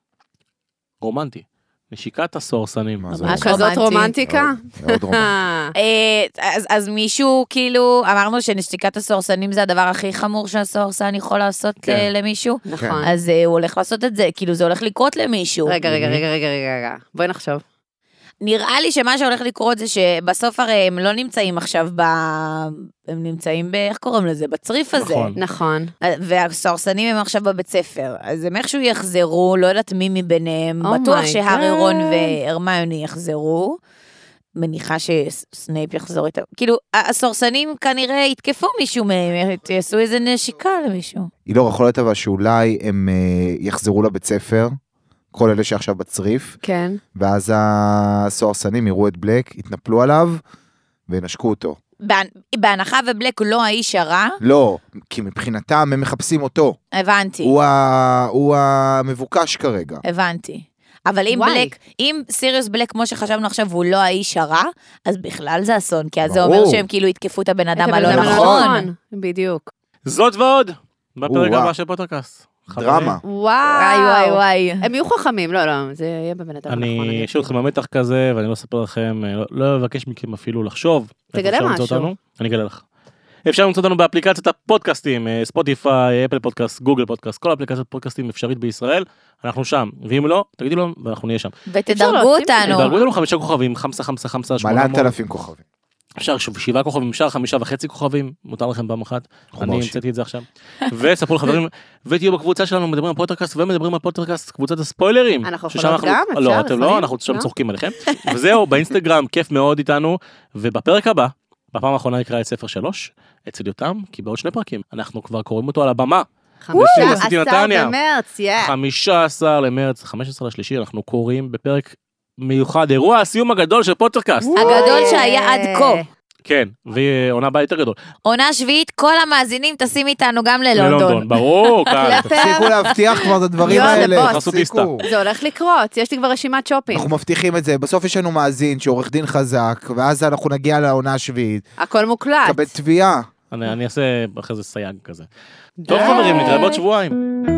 רומנטי. נשיקת הסוהרסנים. מה זה? ממש כזאת רומנטי. רומנטיקה? מאוד רומנטי. אז מישהו, כאילו, אמרנו שנשיקת הסוהרסנים זה הדבר הכי חמור שהסוהרסן יכול לעשות כן. למישהו, נכון. אז הוא הולך לעשות את זה, כאילו זה הולך לקרות למישהו. רגע. בואי נחשוב. נראה לי שמה שהולך לקרות זה שבסוף הרי הם לא נמצאים עכשיו הם נמצאים איך קוראים לזה? בצריף הזה. נכון. נכון. והסוהרסנים הם עכשיו בבית ספר, אז הם איכשהו יחזרו, לא יודעת מי מביניהם, Oh בטוח my שהארי God. רון והרמיוני יחזרו, מניחה שסנייפ יחזור איתם, כאילו הסוהרסנים כנראה יתקפו מישהו מהם, יעשו איזה נשיקה למישהו. היא לא יכול להיות אבל שאולי הם יחזרו לבית ספר, כל אלה שעכשיו בצריף, כן. ואז הסוהרסנים יראו את בלק, יתנפלו עליו, וינשקו אותו. בהנחה ובלק לא האיש הרע, לא, כי מבחינתם הם מחפשים אותו. הבנתי, הוא המבוקש כרגע. הבנתי. אבל אם וואי. בלק, אם סיריוס בלק, כמו שחשבנו עכשיו, הוא לא האיש הרע, אז בכלל זה אסון, כי אז זה ברור. אומר שהם כאילו יתקפו את הבן אדם את הלא הבן אדם נכון. הנכון. בדיוק. זאת ועוד, בפרק וואו. הבא של פוטרקאסט. דרמה. וואי. הם יהיו חכמים, לא, זה יהיה בבן אדם הנכון. אני אשאיר אתכם במתח כזה, ואני לא אספר לכם, לא אבקש מכם אפילו לחשוב. איפה תגלה אפשר למצוא משהו. אותנו. אני אגלה לך. אפשר למצוא אותנו באפליקציית הפודקאסטים, ספוטיפיי, אפל פודקאסט, גוגל פודקאסט, כל אפליקציית פודקאסטים אפשרית בישראל, אנחנו שם, ואם לא, תגידו לנו, ואנחנו נהיה שם. ותדרגו להוציא אותנו. דרגו לנו 5 כוכבים, 5, 8,000 כוכבים. אפשר 7 כוכבים, אפשר 5.5 כוכבים, מותר לכם פעם אחת, אני חומוש. המצאתי את זה עכשיו. וספרו לחברים, ותהיו בקבוצה שלנו, מדברים על פוטרקאסט, ומדברים על פוטרקאסט, קבוצת הספוילרים. אנחנו ששם יכולות גם? אפשר? לא, אתם לא, יכולים? אנחנו שם לא? צוחקים עליכם. וזהו, באינסטגרם, כיף מאוד איתנו, ובפרק הבא, בפעם האחרונה נקרא את ספר 3, אצל יותם, כי בעוד 2 פרקים, אנחנו כבר קוראים אותו על הבמה. 15 נתניה. במרץ, 15 למרץ, 15 לשלישי, אנחנו קוראים בפרק מיוחד, אירוע הסיום הגדול של פוטרקאסט. הגדול שהיה עד כה. כן, ועונה הבאה יותר גדול. עונה שביעית, כל המאזינים טסים איתנו גם ללונדון. ברור, כאן. תפסיקו להבטיח כבר את הדברים יואו, זה האלה. בוס. תפסיקו. זה הולך לקרות, יש לי כבר רשימת שופינג. אנחנו מבטיחים את זה, בסוף יש לנו מאזין שעורך דין חזק, ואז אנחנו נגיע לעונה השביעית, הכל מוקלט. קבל תביעה. אני אעשה אחרי זה סייג כזה. טוב חברים, נתראה בעוד שבועיים.